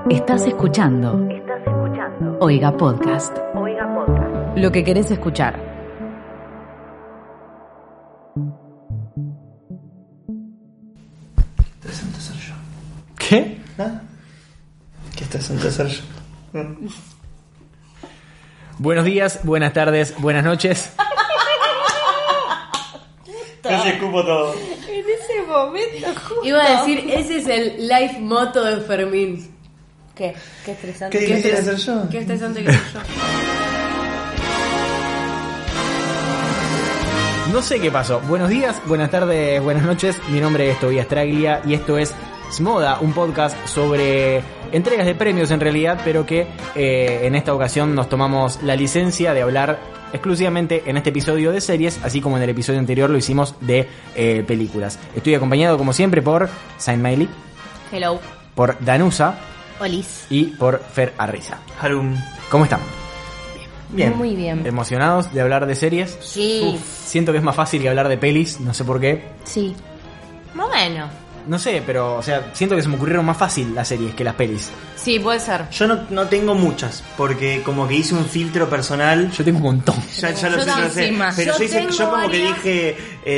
Estás escuchando Oiga Podcast. Lo que querés escuchar. Interesante ser yo. ¿Qué? ¿Ah? Qué interesante ser yo. Buenos días, buenas tardes, buenas noches. Casi escupo todo. En ese momento justo. Iba a decir, ese es el life motto de Fermín. ¿Qué? Qué estresante. ¿Qué difícil es ser yo? Qué estresante que soy yo. No sé qué pasó. Buenos días, buenas tardes, buenas noches. Mi nombre es Tobias Traglia y esto es Smoda, un podcast sobre entregas de premios en realidad, pero que en esta ocasión nos tomamos la licencia de hablar exclusivamente en este episodio de series, así como en el episodio anterior lo hicimos de películas. Estoy acompañado como siempre por Saint Miley, Hello. por Danusa Olis. y por Fer Arriza. Harum. ¿Cómo están? Bien. Muy bien. ¿Emocionados de hablar de series? Sí. Siento que es más fácil que hablar de pelis, no sé por qué. Sí. Más o menos. No sé, pero, o sea, siento que se me ocurrieron más fácil las series que las pelis. Sí, puede ser. Yo no tengo muchas, porque como que hice un filtro personal. Yo tengo un montón. Ya lo Yo sé, ya lo también, sé. sí, más. Pero Yo yo como que tengo dije,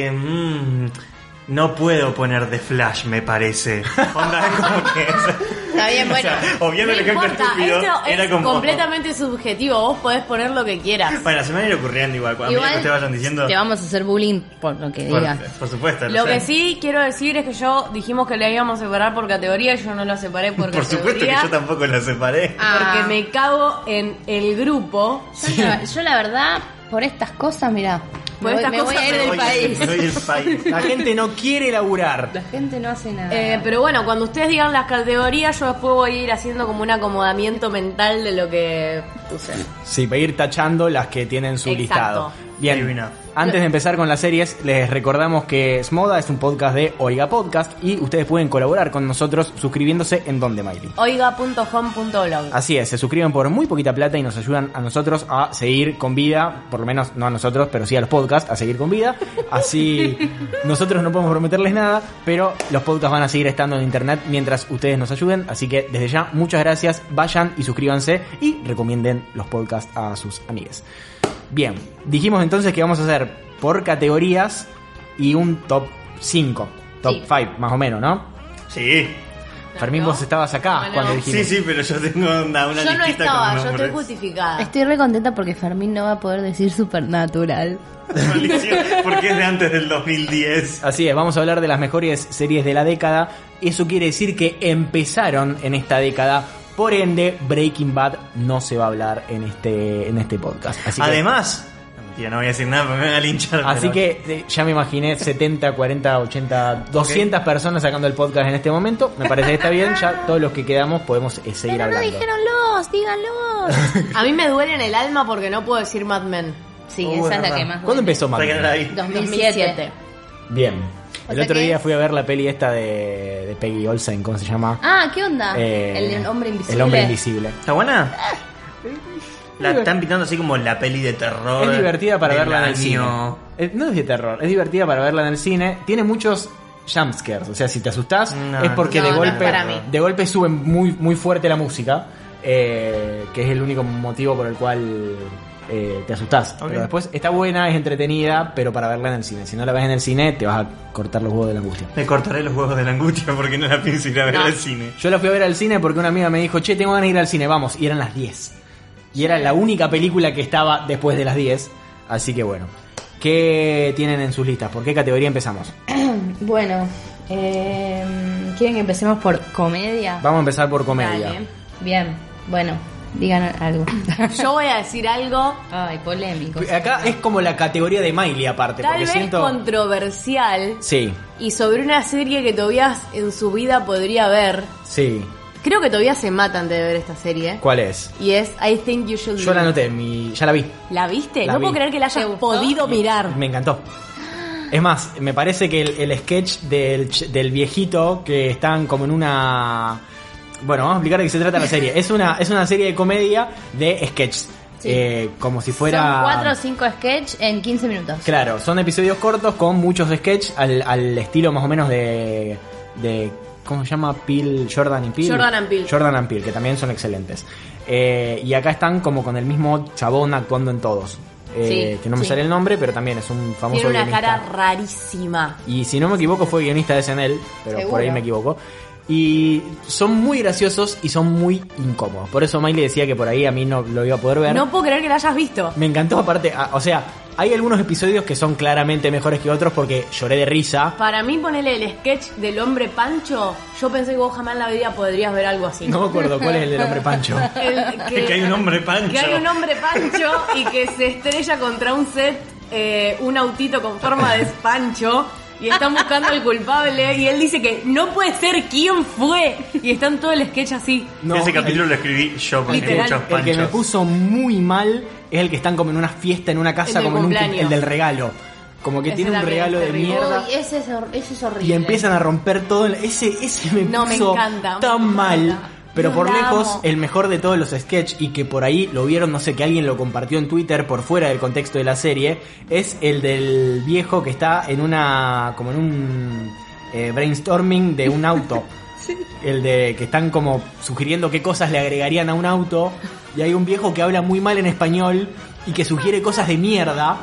no puedo poner The Flash, me parece. Onda, es como que... Está bien, bueno. Obviando el ejemplo estúpido, esto era es como... completamente subjetivo. Vos podés poner lo que quieras. Bueno, se me va a ir ocurriendo igual. A medida que ustedes vayan diciendo... te vamos a hacer bullying por lo que digas. Por supuesto. Lo sé. que sí quiero decir es que dijimos que la íbamos a separar por categoría y yo no la separé por Por categoría. supuesto que yo tampoco la separé. Porque me cago en el grupo. Yo la verdad, por estas cosas, mirá. Por Me estas voy cosas a ir me del voy. país. Soy el país. La gente no quiere laburar. La gente no hace nada. Pero bueno, cuando ustedes digan las categorías, yo después voy a ir haciendo como un acomodamiento mental de lo que puse. Sí, para ir tachando las que tienen su Exacto. listado. Bien, Adivina. antes de empezar con las series, les recordamos que Smoda es un podcast de Oiga Podcast y ustedes pueden colaborar con nosotros suscribiéndose en donde, Miley. Oiga.home.blog. Así es, se suscriben por muy poquita plata y nos ayudan a nosotros a seguir con vida, por lo menos no a nosotros, pero sí a los podcasts, a seguir con vida. Así nosotros no podemos prometerles nada, pero los podcasts van a seguir estando en internet mientras ustedes nos ayuden. Así que desde ya, muchas gracias, vayan y suscríbanse y recomienden los podcasts a sus amigues. Bien, dijimos entonces que vamos a hacer por categorías y un top 5, top 5 más o menos, ¿no? Sí. Fermín, vos estabas acá No. cuando dijimos. Sí, pero yo tengo una Yo no listita estaba, con yo estoy nombres. justificada. Estoy re contenta porque Fermín no va a poder decir Supernatural. Maldición, porque es de antes del 2010. Así es, vamos a hablar de las mejores series de la década. Eso quiere decir que empezaron en esta década. Por ende, Breaking Bad no se va a hablar en este podcast. Así que, Además, no, mentira, no voy a decir nada porque me van a linchar. así pero- que ya me imaginé 70, 40, 80, 200 personas sacando el podcast en este momento. Me parece que está bien, ya todos los que quedamos podemos seguir Pero no hablando. dijeron díganlos. A mí me duele en el alma porque no puedo decir Mad Men. Sí, Oh, esa es la verdad. que más. ¿Cuándo empezó Mad Para que no Men? la vi. 2007. Bien. O El sea otro que- día fui a ver la peli esta de Peggy Olsen, ¿cómo se llama? Ah, ¿qué onda? Eh, El hombre invisible. El hombre invisible. ¿Está buena? La están pintando así como la peli de terror. Es divertida para del verla en el año. cine. No es de terror, es divertida para verla en el cine. Tiene muchos jumpscares, o sea, si te asustás No, es porque no, de no golpe es para mí. de golpe sube muy muy fuerte la música, que es el único motivo por el cual te asustás. Ok. Pero después está buena, es entretenida, pero para verla en el cine. Si no la ves en el cine, te vas a cortar los huevos de la angustia. Me cortaré los huevos de la angustia porque no la pienso ir a ver No. al cine. Yo la fui a ver al cine porque una amiga me dijo, che, tengo ganas de ir al cine, vamos. Y eran las 10. Y era la única película que estaba después de las 10. Así que bueno. ¿Qué tienen en sus listas? ¿Por qué categoría empezamos? Bueno, ¿quieren que empecemos por comedia? Vamos a empezar por comedia. Dale. Bien, bueno, digan algo. Yo voy a decir algo Ay, polémico. Acá es como la categoría de Miley aparte. tal porque vez siento... controversial Sí, y sobre una serie que Tobias en su vida podría ver. sí. Creo que Tobias se mata antes de ver esta serie. ¿Cuál es? Y es I Think You Should Yo la Leave. anoté, ya la vi. ¿La viste? La no vi. puedo creer que la ¿Te hayas gustó? podido mirar. Me encantó. Es más, me parece que el sketch del viejito que están como en una... Bueno, vamos a explicar de qué se trata la serie. Es una serie de comedia de sketches. Sí. Como si fuera... Son 4 o 5 sketch en 15 minutos. Claro, son episodios cortos con muchos sketches al estilo más o menos de ¿cómo se llama? Jordan and Peele. Jordan and Peele, que también son excelentes. Y acá están como con el mismo chabón actuando en todos. Que no me sale el nombre, pero también es un famoso Tiene una guionista. cara rarísima. Y si no me equivoco fue guionista de SNL, pero ¿Seguro? por ahí me equivoco. Y son muy graciosos y son muy incómodos. Por eso Miley decía que por ahí a mí no lo iba a poder ver. No puedo creer que la hayas visto. Me encantó aparte, o sea, hay algunos episodios que son claramente mejores que otros porque lloré de risa. Para mí, ponerle el sketch del hombre Pancho, yo pensé que vos jamás en la vida podrías ver algo así. No me acuerdo cuál es el del hombre Pancho. Que hay un hombre Pancho. Que hay un hombre Pancho y que se estrella contra un set, un autito con forma de Pancho. Y están buscando al culpable y él dice que no puede ser quién fue. Y están todo el sketch así. No, Ese capítulo lo escribí yo porque Literal. muchos el que panchos. me puso muy mal es el que están como en una fiesta en una casa, El del como en cumpleaños. el del regalo. Como que Ese tiene un también regalo es de terrible. mierda. Uy, ese es horrible. Y empiezan a romper todo. Ese me No, me puso encanta, tan me mal. encanta. Pero Yo por la lejos, amo. el mejor de todos los sketches, y que por ahí lo vieron, no sé, que alguien lo compartió en Twitter por fuera del contexto de la serie, es el del viejo que está en como en un brainstorming de un auto. El de que están como sugiriendo qué cosas le agregarían a un auto, y hay un viejo que habla muy mal en español y que sugiere cosas de mierda.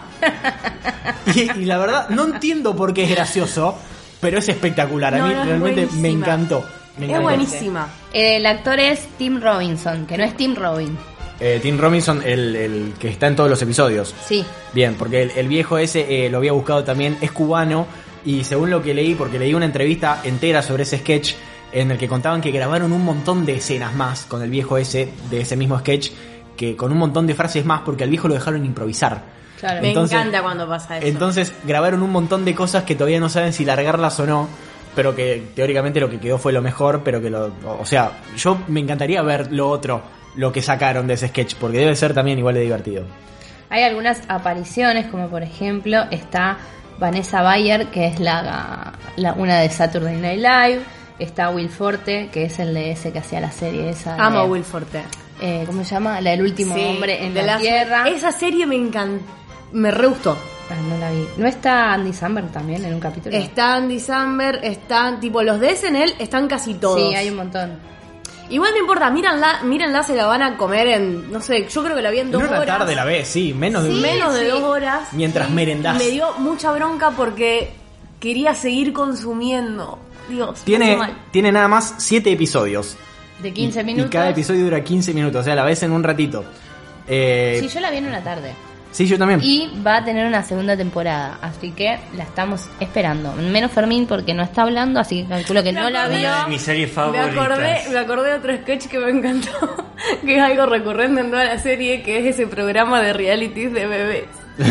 Y la verdad, no entiendo por qué es gracioso, pero es espectacular. A No, mí no, es realmente me buenísima. encantó. Me Es encantó. buenísima. El actor es Tim Robinson, que no es Tim Robin. Tim Robinson, el que está en todos los episodios. Sí. Bien, porque el viejo ese lo había buscado también, es cubano, y según lo que leí, porque leí una entrevista entera sobre ese sketch, en el que contaban que grabaron un montón de escenas más con el viejo ese, de ese mismo sketch, que con un montón de frases más, porque al viejo lo dejaron improvisar. Claro. Me Entonces- encanta cuando pasa eso. Entonces grabaron un montón de cosas que todavía no saben si largarlas o no, pero que teóricamente lo que quedó fue lo mejor, pero que o sea, yo me encantaría ver lo otro, lo que sacaron de ese sketch, porque debe ser también igual de divertido. Hay algunas apariciones, como por ejemplo está Vanessa Bayer, que es una de Saturday Night Live. Está Will Forte, que es el de ese que hacía la serie esa. Amo a de- Will Forte. ¿Cómo se llama? La del último Sí, hombre en de la tierra. Esa serie me encantó. Me re gustó. Ah, no la vi. ¿No está Andy Samberg también en un capítulo? Está Andy Samberg, están tipo los de SNL, están casi todos. Sí, hay un montón. Igual no importa, mírenla, se la van a comer en, no sé, yo creo que la vi en 2 En una horas. tarde la ves, sí, menos de un Menos de sí. 2 horas. Mientras merendás. Y me dio mucha bronca porque quería seguir consumiendo. Dios, me hizo Tiene mal. nada más 7 episodios. De 15 Y minutos. cada episodio dura 15 minutos, o sea, la ves en un ratito. Sí, yo la vi en una tarde. Sí, yo también. Y va a tener una segunda temporada, así que la estamos esperando. Menos Fermín porque no está hablando, así que calculo que no la vio. Una de mis series favoritas. Me acordé de otro sketch que me encantó, que es algo recurrente en toda la serie, que es ese programa de realities de bebés.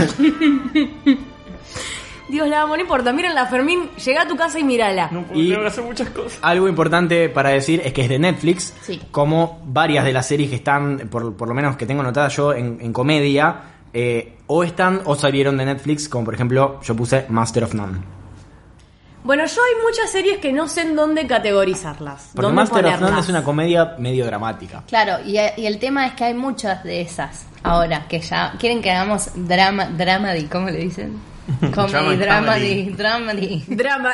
Dios, la amo, no importa, mírenla, Fermín, llega a tu casa y mírala. No puedo Y- creer, hacer muchas cosas. Algo importante para decir es que es de Netflix, Sí. como varias de las series que están, por lo menos que tengo notadas yo en comedia, o están o salieron de Netflix, como por ejemplo yo puse Master of None. Bueno, yo hay muchas series que no sé en dónde categorizarlas. Porque dónde Master of ponerlas. None es una comedia medio dramática. Claro, y el tema es que hay muchas de esas ahora, que ya quieren que hagamos dramedy, ¿cómo le dicen? Comedy, dramedy. Drama.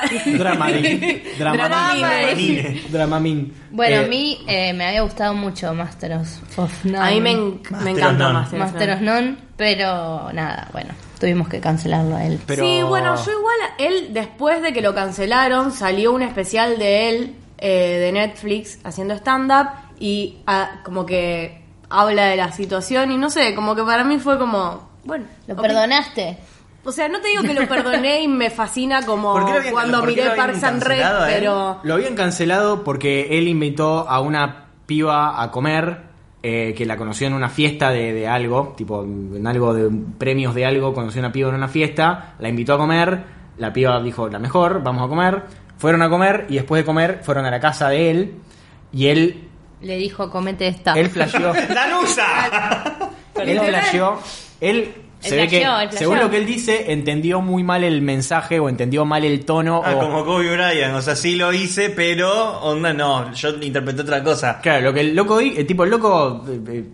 Dramamin. Bueno, a mí me había gustado mucho Master of None. A mí me Master encanta of None. Master of None, pero nada, bueno, tuvimos que cancelarlo a él. Pero- Sí, bueno, yo igual, él después de que lo cancelaron, salió un especial de él, de Netflix, haciendo stand-up, y como que habla de la situación, y no sé, como que para mí fue como, bueno. ¿Lo ok. perdonaste? O sea, no te digo que lo perdoné y me fascina como ¿Por qué lo habían- cuando por qué miré lo habían Parks and Rec, cancelado a él? pero... Lo habían cancelado porque él invitó a una piba a comer, que la conoció en una fiesta de algo, tipo en algo de premios de algo, conoció a una piba en una fiesta, la invitó a comer, la piba dijo, la mejor, vamos a comer, fueron a comer y después de comer fueron a la casa de él y él Le dijo, comete esta. flasheó, ¡Danusa! él flasheó, él se ve que, flasheó, él flasheó. según lo que él dice, entendió muy mal el mensaje o entendió mal el tono. Ah, o, como Kobe Bryant, o sea, sí lo hice, pero onda no, yo interpreté otra cosa. Claro, lo que el loco el loco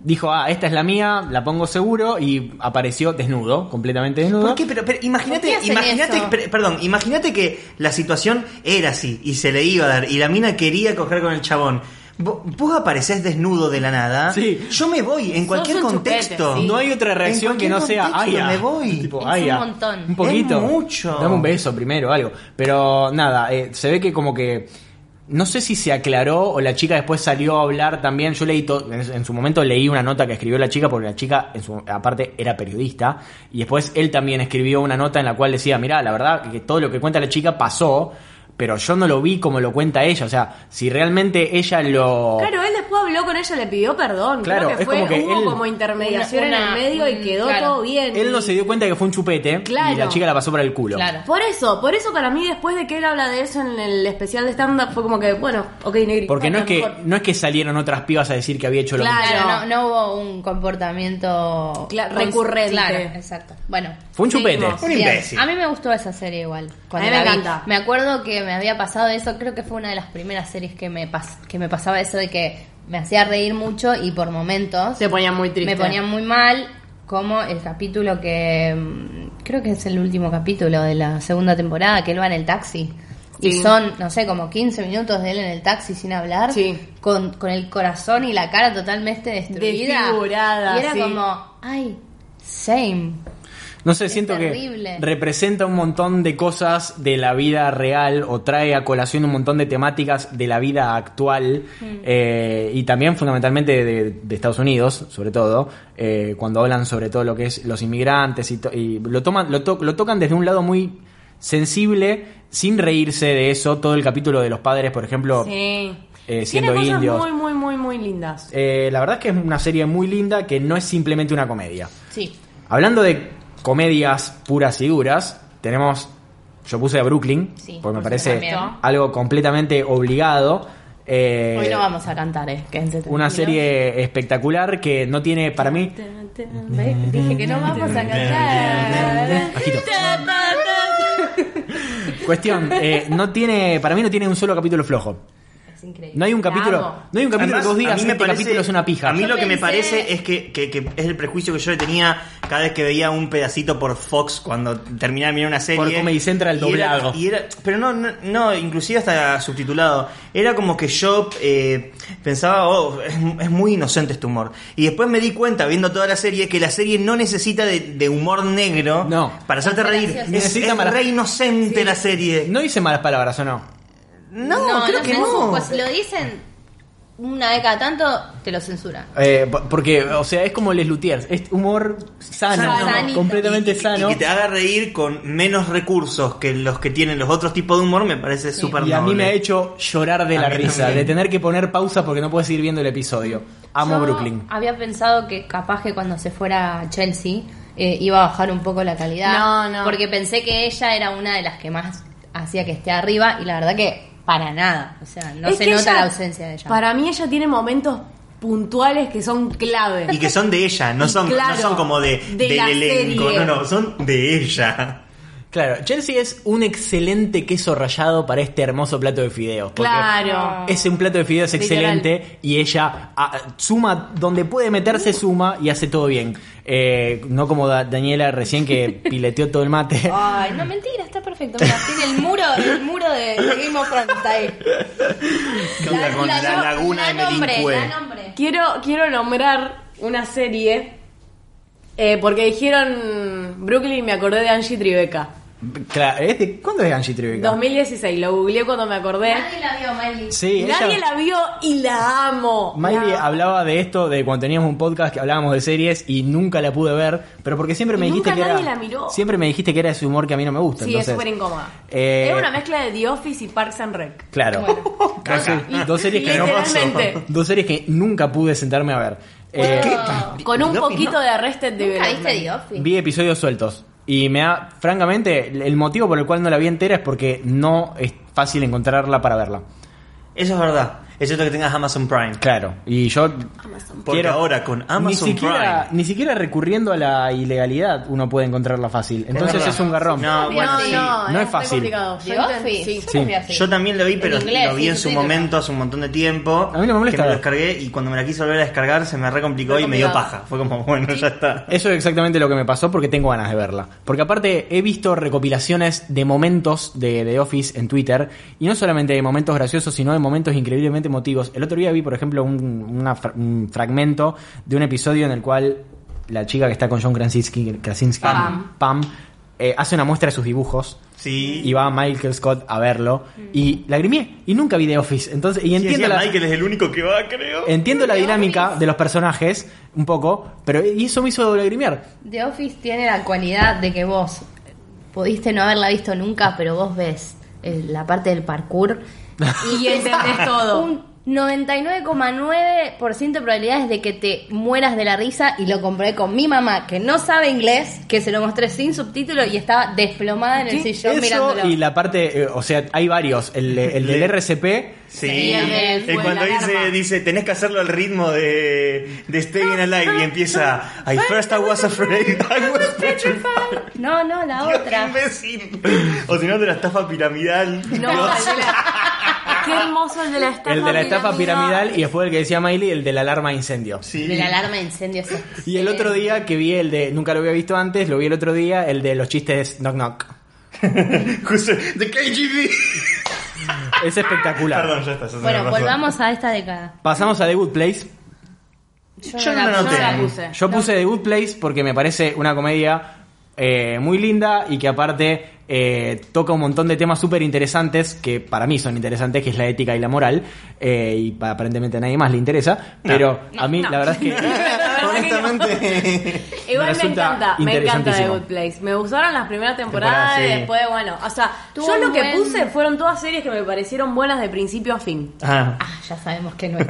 dijo, esta es la mía, la pongo seguro, y apareció desnudo, completamente desnudo. ¿Por qué? Pero imagínate, ¿Por qué hacen eso? Imagínate que la situación era así y se le iba a dar y la mina quería coger con el chabón. Vos aparecés desnudo de la nada. Sí. Yo me voy en cualquier un contexto. chupete, sí. No hay otra reacción que no sea, me voy. Tipo, Es ay, un montón. un poquito. Es mucho. Dame un beso primero, algo. Pero nada, se ve que como que no sé si se aclaró o la chica después salió a hablar también. Yo leí en su momento leí una nota que escribió la chica, porque la chica aparte era periodista, y después él también escribió una nota en la cual decía, mirá, la verdad que todo lo que cuenta la chica pasó, pero yo no lo vi como lo cuenta ella. O sea, si realmente ella lo... Claro, él después habló con ella, le pidió perdón. Claro, Creo que es como que hubo él- como intermediación en el medio y quedó claro. todo bien. Él no se dio cuenta de que fue un chupete, Claro. y la chica la pasó por el culo. Claro. Por eso para mí, después de que él habla de eso en el especial de stand-up, fue como que, bueno, ok, negri. Porque no bueno, es que mejor. no es que salieron otras pibas a decir que había hecho lo Claro. mismo. Claro, no hubo un comportamiento Recurrente. Claro, exacto. Bueno, Fue un chupete. seguimos. Un bien. imbécil. A mí me gustó esa serie igual. Cuando A mí me la vi. encanta. Me acuerdo que me había pasado eso, creo que fue una de las primeras series que me pasaba eso de que me hacía reír mucho y por momentos Se ponía muy triste. me ponía muy mal, como el capítulo que creo que es el último capítulo de la segunda temporada, que él va en el taxi. Y Sí. son, no sé, como 15 minutos de él en el taxi sin hablar, Sí. con el corazón y la cara totalmente destruida. Desfigurada, Y era sí. como, ay, same. No sé, Es siento terrible. que representa un montón de cosas de la vida real, o trae a colación un montón de temáticas de la vida actual, y también fundamentalmente de Estados Unidos, sobre todo, cuando hablan sobre todo lo que es los inmigrantes y lo tocan desde un lado muy sensible, sin reírse de eso. Todo el capítulo de los padres, por ejemplo, Sí. siendo Tiene cosas indios. muy, muy, muy, muy lindas. La verdad es que es una serie muy linda, que no es simplemente una comedia. Sí. Hablando de comedias puras y duras, yo puse a Brooklyn, Sí, porque me por parece supuesto. algo completamente obligado. Hoy no vamos a cantar, quédense Una tranquilos. serie espectacular que no tiene, para mí... ¿Ves? Dije que no vamos a cantar. Bajito. Cuestión, para mí no tiene un solo capítulo flojo. Es increíble. No hay un La capítulo, amo. no hay un capítulo Además, que vos digas, a mí me este parece- capítulo es una pija. A mí Yo lo que me pensé- parece es que es el prejuicio que yo le tenía cada vez que veía un pedacito por Fox cuando terminaba de mirar una serie. Por Comedy Central Y era- doblado. pero no, inclusive hasta subtitulado. Era como que yo pensaba, es muy inocente este humor. Y después me di cuenta, viendo toda la serie, que la serie no necesita de humor negro No. para hacerte Para ser reír. gracioso. Necesita Es malas- re inocente la serie. No hice malas palabras, ¿o no? No, creo que sé, no. Pues si lo dicen una vez cada tanto, te lo censuran. Porque, o sea, es como Les Luthiers, es humor sano, Sanito. completamente Y sano. que te haga reír con menos recursos que los que tienen los otros tipos de humor me parece súper Y a mí noble. me ha hecho llorar de la A mí risa, también. de tener que poner pausa porque no puedes seguir viendo el episodio. Amo Yo Brooklyn. Había pensado que capaz que cuando se fuera a Chelsea iba a bajar un poco la calidad. No. Porque pensé que ella era una de las que más hacía que esté arriba y la verdad que para nada. O sea, no Es se que nota ella- la ausencia de ella. Para mí ella tiene momentos puntuales que son clave. Y que son de ella, no son, Claro, no son como de del la elenco, serie. no, son de ella. Claro, Chelsea es un excelente queso rallado para este hermoso plato de fideos. Porque Claro. ese un plato de fideos Literal. excelente y ella suma donde puede meterse, suma y hace todo bien. No como Daniela recién que pileteó todo el mate. Ay, no, mentira, está perfecto. Mira, tiene el muro de Game of Thrones está ahí. Con la laguna de Melincue. La nombre. Quiero nombrar una serie porque dijeron Brooklyn y me acordé de Angie Tribeca. Claro, ¿cuándo es Angie Tribeca? 2016, lo googleé cuando me acordé. Nadie la vio, Miley. Sí, Nadie ella... la vio y la amo. Miley La- hablaba de esto de cuando teníamos un podcast que hablábamos de series y nunca la pude ver, pero porque siempre me Y dijiste nunca que era nadie la miró. siempre me dijiste que era ese humor que a mí no me gusta. Sí, entonces, es súper incómoda. eh, Es una mezcla de The Office y Parks and Rec. Claro. Dos series que no Literalmente. Dos series que nunca pude sentarme a ver. Con un The Office, poquito ¿no? de Arrested ¿Nunca Development. viste The Office? Vi episodios sueltos. Y francamente, el motivo por el cual no la vi entera es porque no es fácil encontrarla para verla. Eso es verdad. Es cierto que tengas Amazon Prime. Claro, y yo Porque ahora con Amazon ni siquiera recurriendo a la ilegalidad uno puede encontrarla fácil. Entonces verdad. es un garrón. No, bueno, sí. No es fácil. complicado. The Office. Sí. Yo lo vi así. Yo también lo vi, pero En inglés, lo vi en sí, su subtítulos. momento, hace un montón de tiempo. A mí no me molesta Que me lo ver. descargué y cuando me la quise volver a descargar se me recomplicó Fue y me dio complicado. paja. Fue como, bueno, ya está. Eso es exactamente lo que me pasó porque tengo ganas de verla. Porque aparte he visto recopilaciones de momentos de The Office en Twitter. Y no solamente de momentos graciosos, sino de momentos increíblemente emotivos. El otro día vi, por ejemplo, un fragmento de un episodio en el cual la chica que está con John Krasinski Pam, hace una muestra de sus dibujos. Sí. Y va Michael Scott a verlo. Y lagrimé. Y nunca vi The Office. Entonces, y Sí, entiendo decía, la... Michael es el único que va, creo. Entiendo la dinámica de los personajes un poco, pero y eso me hizo lagrimear. The Office tiene la cualidad de que vos pudiste no haberla visto nunca, pero vos ves la parte del parkour Y entendés todo. un 99,9% de probabilidades de que te mueras de la risa, y lo compré con mi mamá que no sabe inglés, que se lo mostré sin subtítulos y estaba desplomada en el sillón Eso mirándolo. y la parte, o sea, hay varios. El del RCP. Sí, Sí, el el cuando de la alarma. dice, tenés que hacerlo al ritmo de Staying Alive y empieza, I first I was afraid, I was petrified. No, la Dios, otra. qué imbécil. O si no, de la estafa piramidal. No, qué hermoso el de la estafa El de la estafa piramidal y después el que decía Miley, el de la alarma de incendio. Sí. De la alarma de incendios. Y el otro día que vi el de, nunca lo había visto antes, lo vi el otro día, el de los chistes knock knock. Justo, The KGB. Es espectacular. Perdón, ya está. Bueno, volvamos a esta década. Pasamos a The Good Place. Yo no la noté. la puse. Yo puse The Good Place porque me parece una comedia muy linda y que aparte toca un montón de temas súper interesantes que para mí son interesantes, que es la ética y la moral, y aparentemente a nadie más le interesa, pero a mí la verdad es que Honestamente. Igual me resulta encanta The interesantísimo. Good Place. Me gustaron las primeras temporadas Temporada, y sí. después, bueno, o sea, Tuvo yo lo un que buen- puse fueron todas series que me parecieron buenas de principio a fin. Ah. Ya sabemos que no es.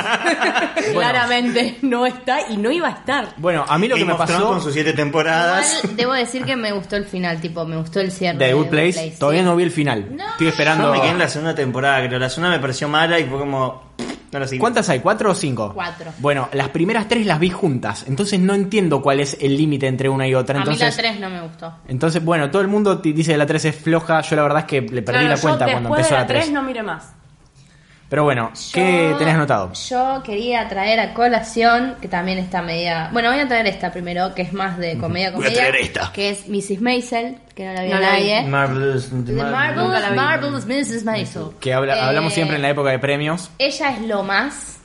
Claramente no está y no iba a estar. bueno, a mí lo que Game me of Thrones pasó con sus 7 temporadas. Igual, debo decir que me gustó el final, tipo, me gustó el cierre de The Good Place, todavía sí. no vi el final. No. Estoy esperando. Yo me quedé en la segunda temporada, creo. La segunda me pareció mala y fue como. No la seguí. ¿Cuántas hay? ¿4 o 5? 4. Bueno, las primeras 3 las vi juntas, entonces no entiendo cuál es el límite entre una y otra. A mí la Entonces, 3 no me gustó. entonces, bueno, todo el mundo dice que la 3 es floja. Yo la verdad es que le perdí Claro, la cuenta yo cuando después empezó de la 3. no mire más. Pero bueno, ¿qué tenés anotado? Yo quería traer a colación, que también está media... Bueno, voy a traer esta primero, que es más de comedia. Voy a traer esta. Que es Mrs. Maisel, que no la vio No la vi. nadie. Marvelous. The Nunca la vi. Marvelous Mrs. Maisel. Que hablamos siempre en la época de premios. Ella es lo más,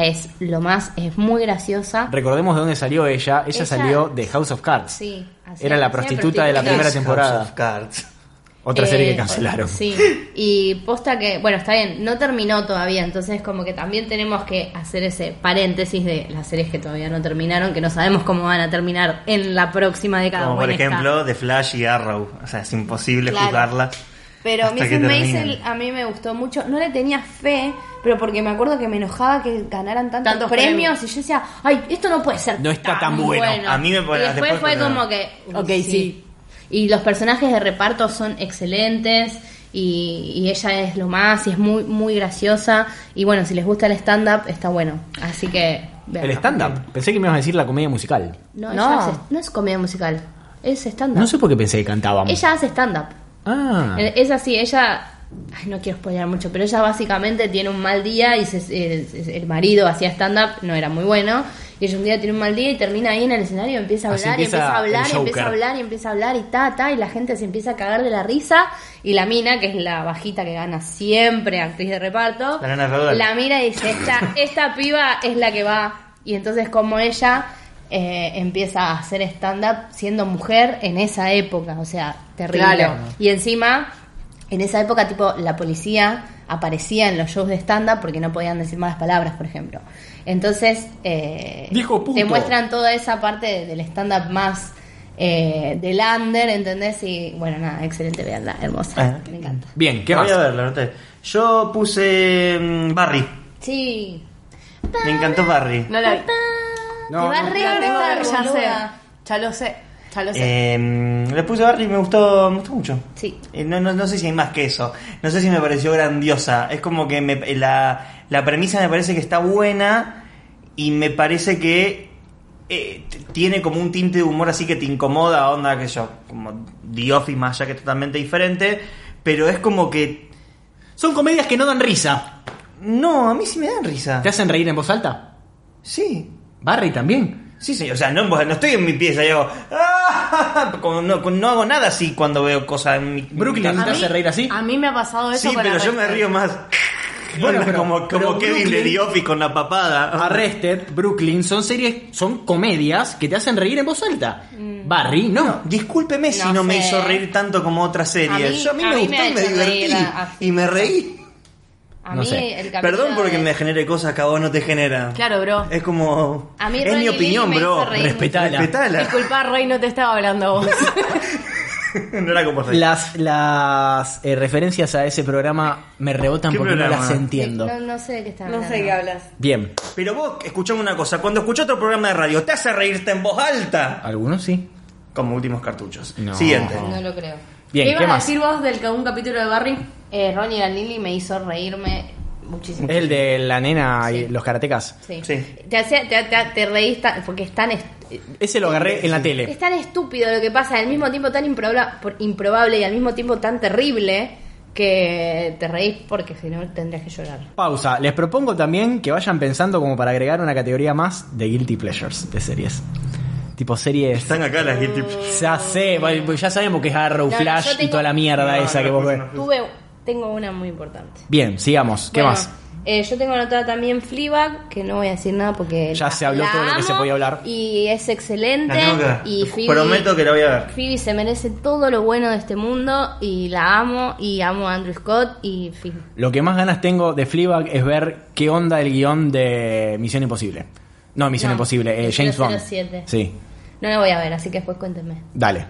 es muy graciosa. Recordemos de dónde salió ella. Ella Ella- salió de House of Cards. Sí, Era la prostituta de la primera House temporada. of Cards. Otra serie que cancelaron. Sí, y posta que, bueno, está bien, no terminó todavía, entonces como que también tenemos que hacer ese paréntesis de las series que todavía no terminaron, que no sabemos cómo van a terminar en la próxima década. Como o por en esta. ejemplo The Flash y Arrow. O sea, es imposible Claro. jugarla. Pero hasta que Mrs. terminen. Maisel a mí me gustó mucho, no le tenía fe, pero porque me acuerdo que me enojaba que ganaran tantos Tantos premios y yo decía, ay, esto no puede ser No está tan bueno. A mí me pone- Y después después fue cuando- como que, Ok, sí. Y los personajes de reparto son excelentes y ella es lo más y es muy muy graciosa y bueno, si les gusta el stand-up está bueno, así que veanlo. El stand-up. Pensé que me ibas a decir la comedia musical. No, No. ella no es comedia musical, es stand-up. No sé por qué pensé que cantábamos. Ella hace stand-up. Ah. Es así, ella... Ay, no quiero spoilear mucho, pero ella básicamente tiene un mal día y el marido hacía stand-up, no era muy bueno, y ella un día tiene un mal día y termina ahí en el escenario y empieza a Así hablar y empieza empieza a hablar el y empieza a Joker. hablar y empieza a hablar y la gente se empieza a cagar de la risa y la mina, que es la bajita que gana siempre actriz de reparto, La nana Raúl. la mira y dice, esta piba es la que va, y entonces como ella... empieza a hacer stand-up siendo mujer en esa época, o sea, terrible. Claro. Y encima, en esa época, tipo, la policía aparecía en los shows de stand-up porque no podían decir malas palabras, por ejemplo. Entonces, Dijo puto. te muestran toda esa parte del stand-up más del under, ¿entendés? Y bueno, nada, excelente, veanla, hermosa, me encanta. Bien, ¿qué La más? Voy a ver, la noté. Yo puse Barry. Sí. Me encantó Barry. No la vi. No, Te va no. re La tengo que ver, gustar, ya sé. boluda. Ya lo sé. Ya lo sé. Le puse Barry y me gustó mucho. Sí. No sé si hay más que eso. No sé si me pareció grandiosa. Es como que la premisa me parece que está buena y me parece que tiene como un tinte de humor así que te incomoda, onda, que yo, como The Office más allá que es totalmente diferente, pero es como que... Son comedias que no dan risa. No, a mí sí me dan risa. ¿Te hacen reír en voz alta? Sí. Barry también. Sí, señor. O sea, no estoy en mi pieza y hago... ¡Ah! No hago nada así cuando veo cosas en mi... Brooklyn, ¿no te hace reír así? A mí me ha pasado eso Sí, con pero yo me Arrested. río más. Bueno, como pero Kevin de Brooklyn- The Office con la papada. Arrested, Brooklyn, son comedias que te hacen reír en voz alta. Barry, no. Discúlpeme si no me sé. hizo reír tanto como otras series. A mí me gustó y me ha hecho reír divertí. así. Y me reí. A No mí sé. el capítulo Perdón porque de- me genere cosas que a vos no te genera. Claro, bro. Es como... A mí es Ronnie mi opinión, Lily me bro. hizo reír Respetala. Respetala. Disculpa, Rey, no te estaba hablando a vos. No era como reír. Las referencias a ese programa me rebotan ¿Qué porque programa? no las entiendo. No sé de qué están No hablando. sé qué hablas. Bien, Pero vos, escuchame una cosa. Cuando escuchás otro programa de radio, ¿te hace reírte en voz alta? algunos sí. Como últimos cartuchos. No. Siguiente. No lo creo. Bien, ¿Qué ¿qué ibas a más? decir vos del un capítulo de Barry? Ronnie and Lily me hizo reírme muchísimo. Es el de la nena y Sí. los karatecas. Sí. Sí. Te reís porque es tan Ese lo agarré en la tele. es tan estúpido lo que pasa, al mismo tiempo tan improbable y al mismo tiempo tan terrible que te reís porque si no tendrías que llorar. Pausa. Les propongo también que vayan pensando como para agregar una categoría más de Guilty Pleasures de series. Tipo series... Están acá las guilty. Ya sé, pues ya sabemos que es Arrow, No, Flash yo y tengo- toda la mierda No, esa no, que vos no, ves. no. Tengo una muy importante. Bien, sigamos. ¿Qué Bueno, más? Yo tengo anotada también Fleabag, que no voy a decir nada porque Ya se habló todo lo que se amo podía hablar. y es excelente La tengo que ver. y Phoebe, Prometo que la voy a ver. Phoebe se merece todo lo bueno de este mundo y la amo y amo a Andrew Scott y Phoebe. Lo que más ganas tengo de Fleabag es ver qué onda el guión de Misión Imposible. No, Misión No, Imposible, el James Bond. 007. Sí, No la voy a ver, así que después cuéntenme. dale.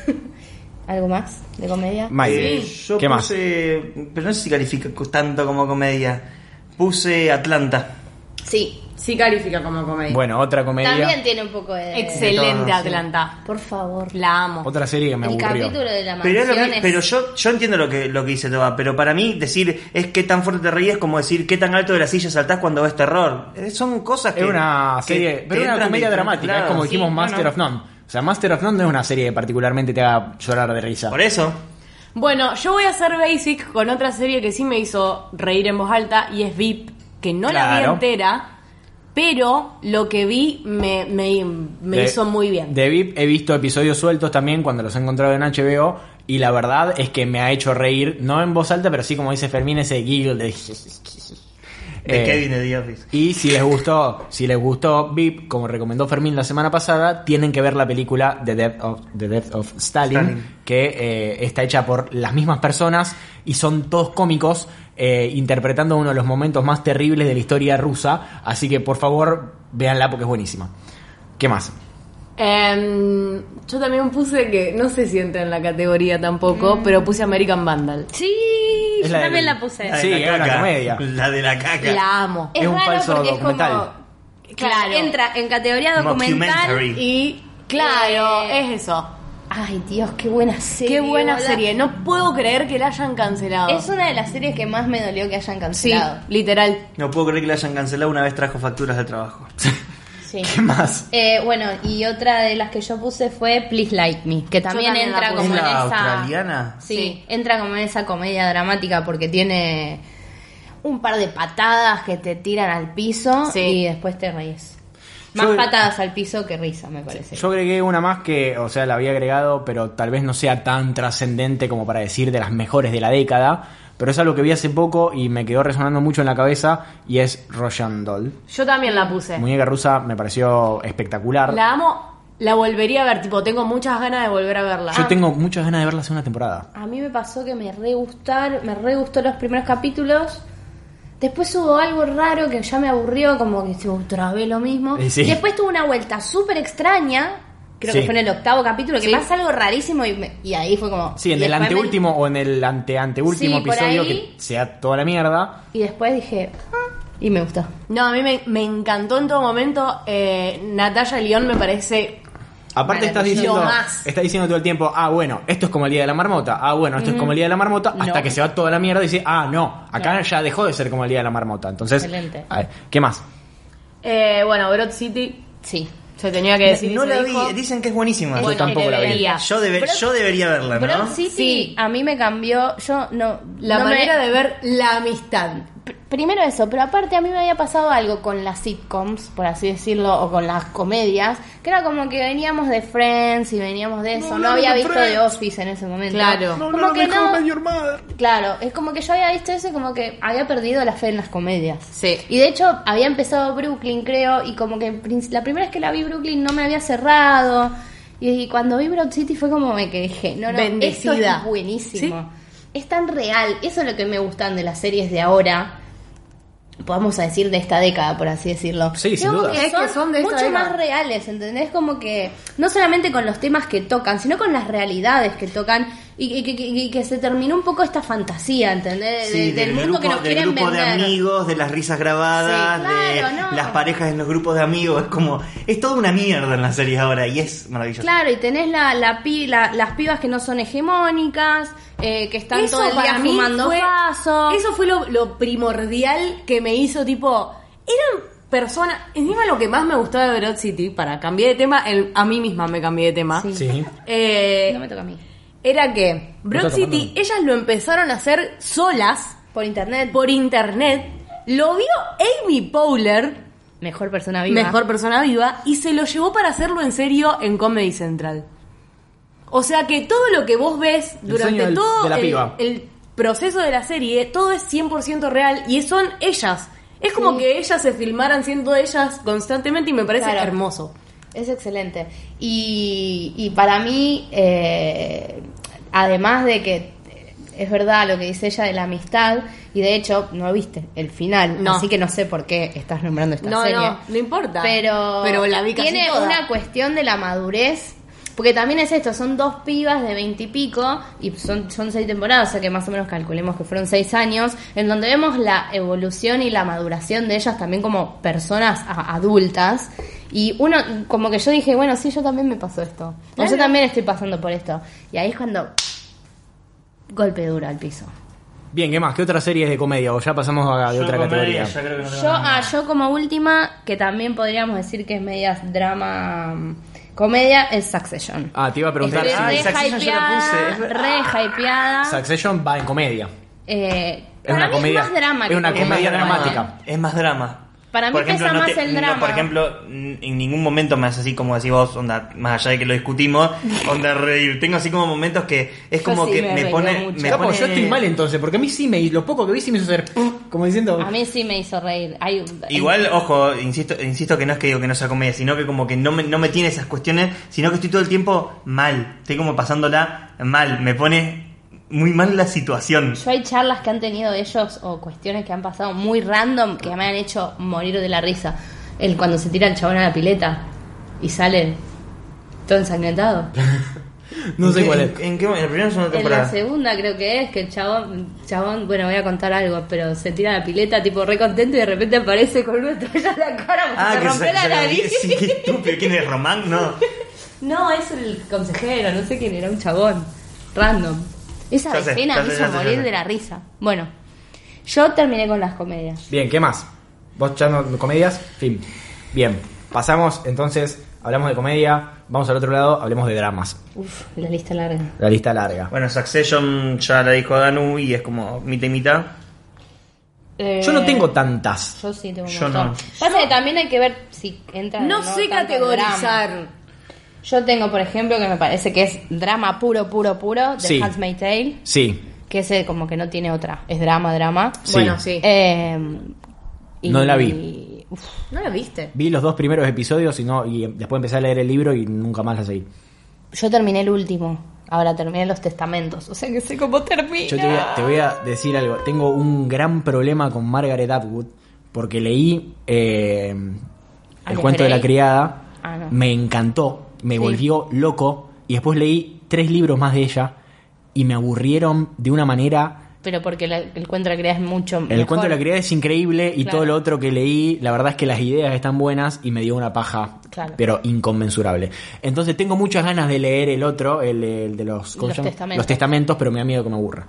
¿Algo más de comedia? Mike, Yo ¿qué más? puse... Pero no sé si califica tanto como comedia. Puse Atlanta. Sí, Sí califica como comedia. Bueno, otra comedia. también tiene un poco de... Excelente, Sí. Atlanta. Por favor. La amo. Otra serie que me El aburrió. capítulo de la Pero, mansión pero yo entiendo lo que dice Toba, pero para mí decir es qué tan fuerte te ríes como decir qué tan alto de la silla saltás cuando ves terror. Son cosas que... Es una que serie, te pero es una entran comedia de- dramática, claro. es como Sí, dijimos Master bueno. of None. O sea, Master of None no es una serie que particularmente te haga llorar de risa. Por eso. Bueno, yo voy a hacer basic con otra serie que sí me hizo reír en voz alta y es VIP, que no la vi Claro. entera, pero lo que vi me hizo muy bien. De VIP he visto episodios sueltos también cuando los he encontrado en HBO y la verdad es que me ha hecho reír, no en voz alta, pero sí como dice Fermín, ese giggle de... De Kevin de The Office. Y si les gustó VIP, como recomendó Fermín la semana pasada, tienen que ver la película The Death of Stalin, Stalin. que está hecha por las mismas personas y son todos cómicos interpretando uno de los momentos más terribles de la historia rusa. Así que por favor, véanla porque es buenísima. ¿Qué más? Yo también puse que, no sé si entra en la categoría tampoco, pero puse American Vandal. Sí, Es yo la también del- la puse. La de Sí, la es una caca. comedia. La de la caca. La amo. Es Es un raro falso porque documental. es como... Claro. Entra en categoría documental. Mockumentary. Y claro, es eso. Ay, Dios, qué buena serie. Qué buena boluda. serie. No puedo creer que la hayan cancelado. Es una de las series que más me dolió que hayan Sí, cancelado. literal. No puedo creer que la hayan cancelado, una vez trajo facturas de trabajo. Sí. ¿Qué más? Bueno, y otra de las que yo puse fue Please Like Me, que también también la entra puse. como ¿Es en la esa... australiana? Sí, entra como en esa comedia dramática porque tiene un par de patadas que te tiran al piso Sí. y después te reís. Más Yo- patadas al piso que risa, me parece. Yo agregué una más que, o sea, la había agregado, pero tal vez no sea tan trascendente como para decir de las mejores de la década, pero es algo que vi hace poco y me quedó resonando mucho en la cabeza y es Russian Doll. Yo también la puse. Muñeca rusa me pareció espectacular. La amo, la volvería a ver, tipo, tengo muchas ganas de volver a verla. Yo tengo muchas ganas de ver la segunda temporada. A mí me pasó que me re gustó los primeros capítulos. Después hubo algo raro que ya me aburrió, como que otra vez lo mismo. Sí. Y después tuvo una vuelta súper extraña, creo Sí. que fue en el 8º capítulo, que Sí. pasa algo rarísimo y ahí fue como... Sí, en y el después anteúltimo o en el anteúltimo Sí, por episodio ahí. que sea toda la mierda. Y después dije... y me gustó. No, a mí me encantó en todo momento. Natalia León me parece Aparte estás Maravilloso. diciendo todo el tiempo, bueno, esto es como el Día de la Marmota, bueno, esto es como el Día de la Marmota, hasta No. que se va toda la mierda y dice, no, acá ya dejó de ser como el Día de la Marmota. Entonces, Excelente. a ver, ¿qué más? Bueno, Broad City Sí. se tenía que decir. No y la se vi, dijo. dicen que es buenísima. Yo tampoco la vi. debería. Yo debería verla, ¿no? Broad City Sí. a mí me cambió. Yo no. La no me- manera de ver la amistad. Primero eso, pero aparte a mí me había pasado algo con las sitcoms, por así decirlo, o con las comedias, que era como que veníamos de Friends y veníamos de eso. No había visto The Office en ese momento. Claro. Como que no. Claro, es como que yo había visto eso y como que había perdido la fe en las comedias. Sí. Y de hecho había empezado Brooklyn, creo, y como que la primera vez que la vi Brooklyn no me había cerrado. Y cuando vi Broad City fue como que dije, no, Bendecida. esto es buenísimo. Es tan real, eso es lo que me gustan de las series de ahora. Podemos decir de esta década, por así decirlo. Sí, sin Como duda. que Es que son de esta mucho década. más reales, ¿entendés? Como que no solamente con los temas que tocan, sino con las realidades que tocan y que se terminó un poco esta fantasía, ¿entendés? Sí, Del mundo que nos del quieren grupo de vender. amigos, de las risas grabadas, Sí, claro, de no. las parejas en los grupos de amigos. Es como, es toda una mierda en las series ahora y es maravilloso. Claro, y tenés las pibas que no son hegemónicas, que están Eso todo el día para mí fumando fue- paso. Eso fue lo primordial que me hizo, tipo, eran personas. Encima lo que más me gustó de Broad City, para cambiar de tema, a mí misma me cambié de tema. Sí. Sí. No me toca a mí. Era que Broad está City, tomando. ellas lo empezaron a hacer solas Por internet, por internet. Lo vio Amy Poehler, mejor persona viva. mejor persona viva, y se lo llevó para hacerlo en serio en Comedy Central. O sea que todo lo que vos ves El durante sueño todo de la piba. el proceso de la serie, todo es 100% real y son ellas. Es como Sí. que ellas se filmaran siendo ellas constantemente y me parece Claro. hermoso. Es excelente. Y para mí, además de que es verdad lo que dice ella de la amistad, y de hecho no viste el final, No. así que no sé por qué estás nombrando esta No, serie. no importa. Pero la vi casi tiene toda. una cuestión de la madurez. Porque también es esto, son dos pibas de 20 y pico, y son 6 temporadas, o sea que más o menos calculemos que fueron 6 años, en donde vemos la evolución y la maduración de ellas también como personas adultas. Y uno, como que yo dije, bueno, sí, yo también me pasó esto. O Claro. yo también estoy pasando por esto. Y ahí es cuando golpe duro al piso. Bien, ¿qué más? ¿Qué otra serie es de comedia? O ya pasamos a de Yo otra comedia, categoría. ya creo que no tengo nada. Yo como última, que también podríamos decir que es media drama comedia, es Succession. Te iba a preguntar. Estoy Ay, re Succession yo la puse, es verdad. re hypeada. Succession va en comedia. Es una comedia- Es más drama. es que una Es más comedia drama. dramática. Es más drama. Para mí pesa más el drama. por ejemplo, en ningún momento me hace así como decís vos, onda, más allá de que lo discutimos, onda reír. Tengo así como momentos que es Yo como sí que me me reí pone... mucho. Me Capo, pone yo estoy mal entonces, porque a mí sí lo poco que vi sí me hizo hacer como diciendo. A mí sí me hizo reír. Igual, ojo, insisto que no es que digo que no sea comedia, sino que como que no me tiene esas cuestiones, sino que estoy todo el tiempo mal. Estoy como pasándola mal. Me pone muy mal la situación. Yo hay charlas que han tenido ellos o cuestiones que han pasado muy random que me han hecho morir de la risa. Cuando se tira el chabón a la pileta y sale todo ensangrentado. No sé cuál es. ¿En qué? ¿En la primera o segunda En la temporada? segunda creo que es que el chabón, bueno, voy a contar algo, pero se tira a la pileta tipo re contento y de repente aparece con una toalla en la cara porque se que rompió la nariz. Sí, qué estúpido. ¿Quién es? ¿Román? No. No, es el consejero, no sé quién era, un chabón. Random. Esa Ya sé, escena ya me sé, hizo ya sé, morir ya sé. de la risa. Bueno, yo terminé con las comedias. Bien, ¿qué más? ¿Vos ya no comedias? Fin. Bien, pasamos entonces, hablamos de comedia, vamos al otro lado, hablemos de dramas. Uf, la lista larga. La lista larga. Bueno, Succession ya la dijo Danu y es como mitad y mitad. Yo no tengo tantas. Yo sí tengo un Yo montón. no. Pasa que también hay que ver si entra No o sé tanto el categorizar. drama. Yo tengo, por ejemplo, que me parece que es drama puro, de Sí. Handmaid's Tale, Sí, que ese como que no tiene otra, es drama. Sí. Bueno, sí. No la vi. Uf, ¿No la viste? vi los 2 primeros episodios y después empecé a leer el libro y nunca más la seguí. yo terminé el último, ahora terminé los testamentos, o sea que sé cómo termina. Yo te voy a decir algo. Tengo un gran problema con Margaret Atwood porque leí El Anne cuento de la Frey. criada. No. Me encantó, me Sí. volvió loco y después leí 3 libros más de ella y me aburrieron de una manera Pero porque el cuento de la criada es mucho mejor. El cuento de la criada es increíble y Claro. todo lo otro que leí, la verdad es que las ideas están buenas y me dio una paja, Claro. pero inconmensurable. Entonces tengo muchas ganas de leer el otro, el de los, ¿cómo Los se llama? testamentos. Los testamentos, pero me da miedo que me aburra.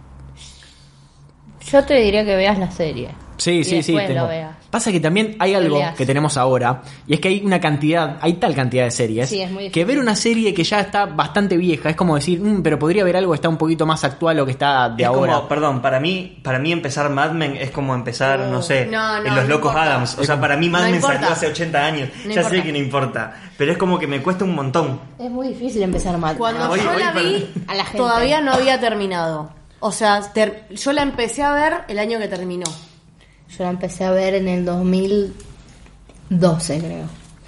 Yo te diría que veas la serie. Sí, Y sí, sí. después tengo. lo veas. Pasa que también hay algo leas. que tenemos ahora, y es que hay tal cantidad de series, Sí, es muy difícil. que ver una serie que ya está bastante vieja es como decir, pero podría haber algo que está un poquito más actual o que está de Es ahora. como, perdón, para mí empezar Mad Men es como empezar, no sé, No, en Los no Locos importa. Adams. O sea, para mí Mad No Men importa. salió hace 80 años. No Ya sé importa. que no importa. Pero es como que me cuesta un montón. Es muy difícil empezar mal. Cuando Oye, yo oye, la vi, a la gente. todavía no había terminado. O sea, yo la empecé a ver el año que terminó. Yo la empecé a ver en el 2012, creo.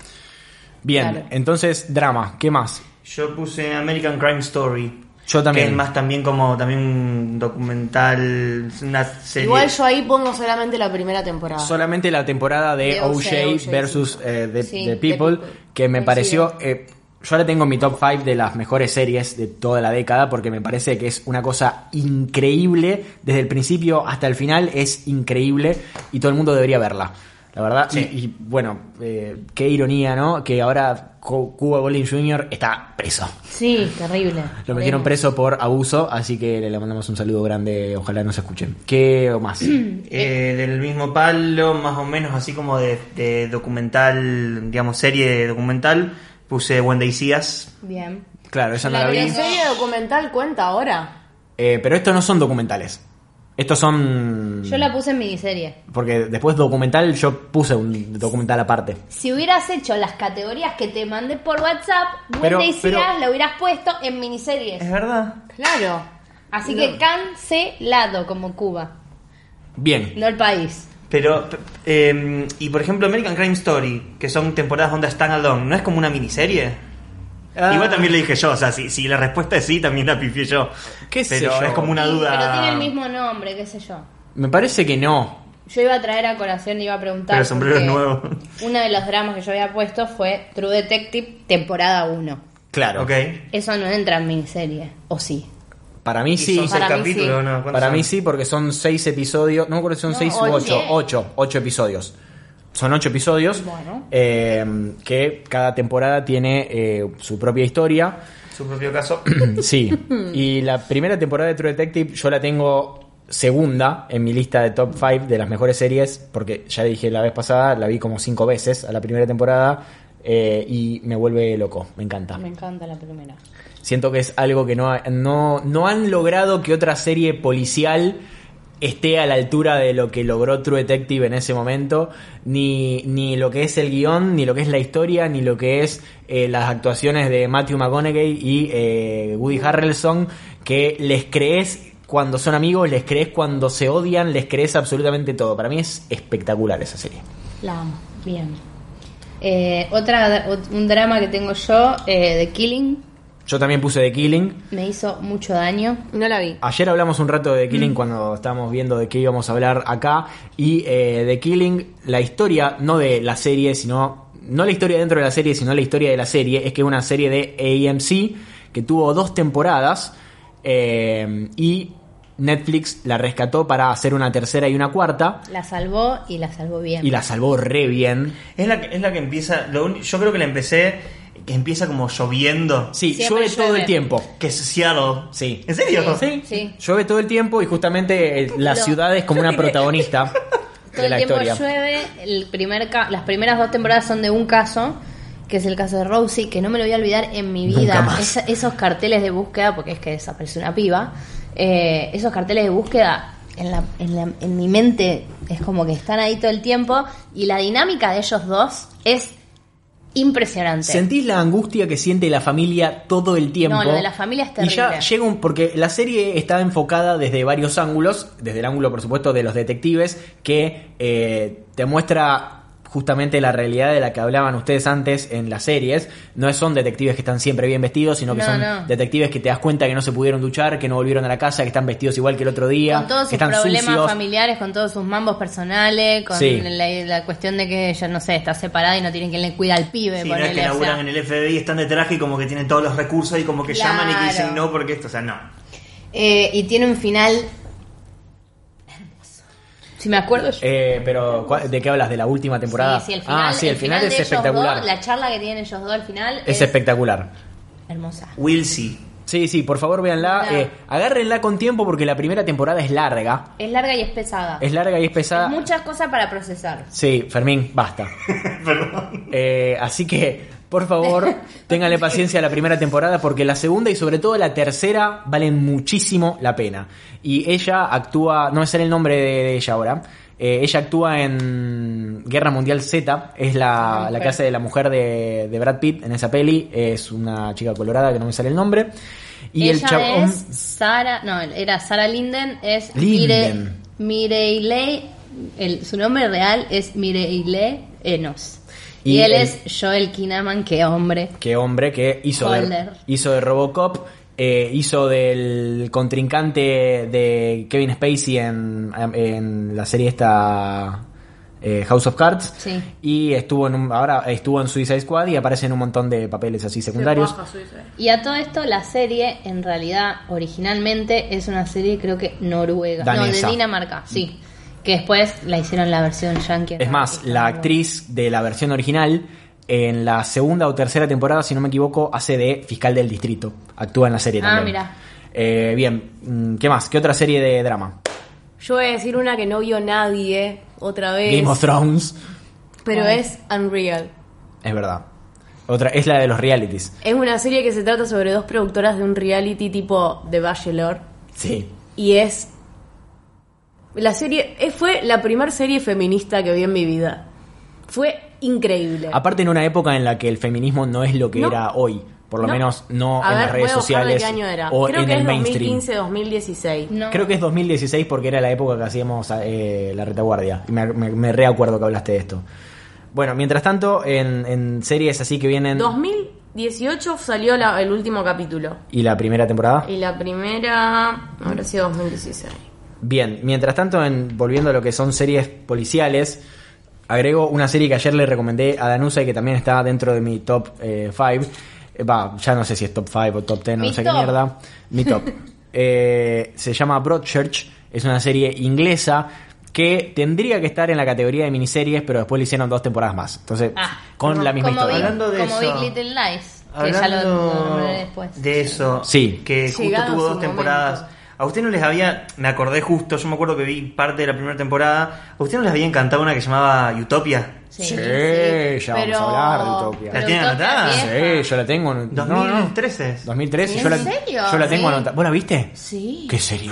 Bien, Claro. entonces, drama, ¿qué más? Yo puse American Crime Story. Yo también. Que es más también como también un documental, una serie. Igual yo ahí pongo solamente la primera temporada. Solamente la temporada de De OJ OJ, versus The Sí, The The People, People. que me Coincido. pareció... yo la tengo en mi top 5 de las mejores series de toda la década porque me parece que es una cosa increíble. Desde el principio hasta el final es increíble y todo el mundo debería verla. La verdad, Sí. y bueno, qué ironía, ¿no? Que ahora Cuba Gooding Jr. está preso. Sí, terrible. Lo metieron preso por abuso, así que le mandamos un saludo grande, ojalá nos escuchen. ¿Qué más? Del mismo palo, más o menos así como de documental, digamos, serie documental, puse When They See Us. Bien. Claro, esa no La la vi. ¿La vi. serie documental cuenta ahora? Pero estos no son documentales. Estos son... Yo la puse en miniserie. Porque después documental yo puse un documental aparte. Si hubieras hecho las categorías que te mandé por WhatsApp, Pero- When They See pero- Us la hubieras puesto en miniseries. Es verdad. Claro. Así que cancelado como Cuba, Bien. no el país. Pero, y por ejemplo, American Crime Story, que son temporadas onda standalone, ¿no es como una miniserie? Igual también le dije yo, o sea, si la respuesta es sí, también la pifié yo. ¿Qué sé Pero yo? es como una duda. Pero tiene el mismo nombre, qué sé yo. Me parece que no. Yo iba a traer a colación y iba a preguntar. Pero el sombrero es porque nuevo. Uno de los dramas que yo había puesto fue True Detective, temporada 1. Claro. Ok. Eso no entra en miniserie, ¿o sí? Para mí ¿Y sí. son seis Para mí capítulos sí. no? ¿Cuántos Para son? mí sí, porque son 6 episodios. No me acuerdo si son No, 6 u 8. 8 episodios. Son 8 episodios. Bueno. Que cada temporada tiene su propia historia. Su propio caso. Sí. Y la primera temporada de True Detective yo la tengo segunda en mi lista de top 5 de las mejores series. Porque ya dije la vez pasada, la vi como 5 veces a la primera temporada. Y me vuelve loco. Me encanta. Me encanta la primera. Siento que es algo que no han logrado que otra serie policial esté a la altura de lo que logró True Detective en ese momento, ni lo que es el guión, ni lo que es la historia, ni lo que es las actuaciones de Matthew McConaughey y Woody Harrelson, que les crees cuando son amigos, les crees cuando se odian, les crees absolutamente todo. Para mí es espectacular esa serie. La amo. Bien. Un drama que tengo yo, The Killing, Yo también puse The Killing. me hizo mucho daño. No la vi. Ayer hablamos un rato de The Killing cuando estábamos viendo de qué íbamos a hablar acá. Y The Killing, la historia, no de la serie, sino... No la historia dentro de la serie, sino la historia de la serie. Es que es una serie de AMC que tuvo 2 temporadas. Y Netflix la rescató para hacer una tercera y una cuarta. La salvó y la salvó bien. Y la salvó re bien. Es la que empieza. Yo creo que la empecé. Que empieza como lloviendo. Sí, Siempre llueve todo llueve. el tiempo. Que es Seattle. Sí. ¿En serio? Sí. Llueve todo el tiempo y justamente la ciudad es como una protagonista Todo de el la tiempo historia. llueve. Las primeras 2 temporadas son de un caso, que es el caso de Rosie, que no me lo voy a olvidar en mi Nunca vida. más. Esos carteles de búsqueda, porque es que desapareció una piba. Esos carteles de búsqueda en mi mente es como que están ahí todo el tiempo. Y la dinámica de ellos dos es impresionante. Sentís la angustia que siente la familia todo el tiempo. No, lo de la familia es Y ya terrible. llega porque la serie está enfocada desde varios ángulos, desde el ángulo, por supuesto, de los detectives, que te muestra justamente la realidad de la que hablaban ustedes antes en las series. No son detectives que están siempre bien vestidos, sino que No, son no. detectives que te das cuenta que no se pudieron duchar, que no volvieron a la casa, que están vestidos igual que el otro día, Con todos que sus están problemas sucios. familiares, con todos sus mambos personales, con Sí. la cuestión de que ella, no sé, está separada y no tiene quien le cuida al pibe. Sí, no es ponele, que o sea. laburan en el FBI, están de traje y como que tienen todos los recursos y como que Claro. llaman y que dicen no porque esto, o sea, no. Y tiene un final Si me acuerdo yo. Pero, ¿de qué hablas? ¿De la última temporada? Sí, el final, el final es de ellos espectacular. dos, la charla que tienen ellos dos al final Es espectacular. hermosa. Wilsey. Sí, por favor véanla. Claro. Agárrenla con tiempo porque la primera temporada es larga. Es larga y es pesada. Es larga y es pesada. Muchas cosas para procesar. Sí, Fermín, basta. Perdón. Así que, por favor, ténganle paciencia a la primera temporada porque la segunda y sobre todo la tercera valen muchísimo la pena. Y ella actúa, no me sale el nombre de ella ahora, ella actúa en Guerra Mundial Z, es la que hace de la mujer de Brad Pitt en esa peli, es una chica colorada que no me sale el nombre. Y Ella el chabón... es Sara, no, era Sara Linden, es Linden. Mireille, su nombre real es Mireille Enos. Y Y él el- es Joel Kinnaman, qué hombre. Qué hombre que hizo Holder. de Robocop, hizo del contrincante de Kevin Spacey en la serie esta House of Cards. Sí. Y ahora estuvo en Suicide Squad y aparece en un montón de papeles así secundarios. Y a todo esto, la serie, en realidad, originalmente es una serie, creo que noruega. Danesa. No, de Dinamarca, sí. Que después la hicieron la versión yankee. Es más, la actriz de la versión original, en la segunda o tercera temporada, si no me equivoco, hace de fiscal del distrito. Actúa en la serie Ah, también. mirá. Bien, ¿qué más? ¿Qué otra serie de drama? Yo voy a decir una que no vio nadie otra vez. Game of Thrones. Pero ¿Cuál? es Unreal. Es verdad. Otra es la de los realities. Es una serie que se trata sobre dos productoras de un reality tipo The Bachelor. Sí. Y es... La serie... fue la primera serie feminista que vi en mi vida. Fue increíble. Aparte en una época en la que el feminismo no es lo que No. era hoy. Por lo No. menos no A en ver, las redes voy a buscar de sociales qué año era. o Creo en que el es mainstream. 2015-2016. No. Creo que es 2016 porque era la época que hacíamos la retaguardia. Y me reacuerdo que hablaste de esto. Bueno, mientras tanto, en series así que vienen... 2018 salió el último capítulo. ¿Y la primera temporada? Y la primera habrá sido 2016. Bien, mientras tanto, volviendo a lo que son series policiales, agrego una serie que ayer le recomendé a Danusa y que también está dentro de mi top 5. Ya no sé si es top 5 o top 10 o Mi no sé top. qué mierda. Mi top. Se llama Broadchurch, es una serie inglesa que tendría que estar en la categoría de miniseries, pero después le hicieron 2 temporadas más. Entonces, con la misma como historia. Hablando de como eso. Big Little Lies, que ya lo nombré después. de eso, Sí. que justo Llegado tuvo su 2 temporadas. momento. ¿A usted no les había, me acordé justo, yo me acuerdo que vi parte de la primera temporada, ¿a usted no les había encantado una que se llamaba Utopia? Sí, ya vamos a hablar de Utopia. ¿La tienen anotada? Sí, yo la tengo. 2013. 2013, ¿En yo la serio? yo la tengo Sí. anotada. ¿Vos la viste? Sí. ¿Qué serio?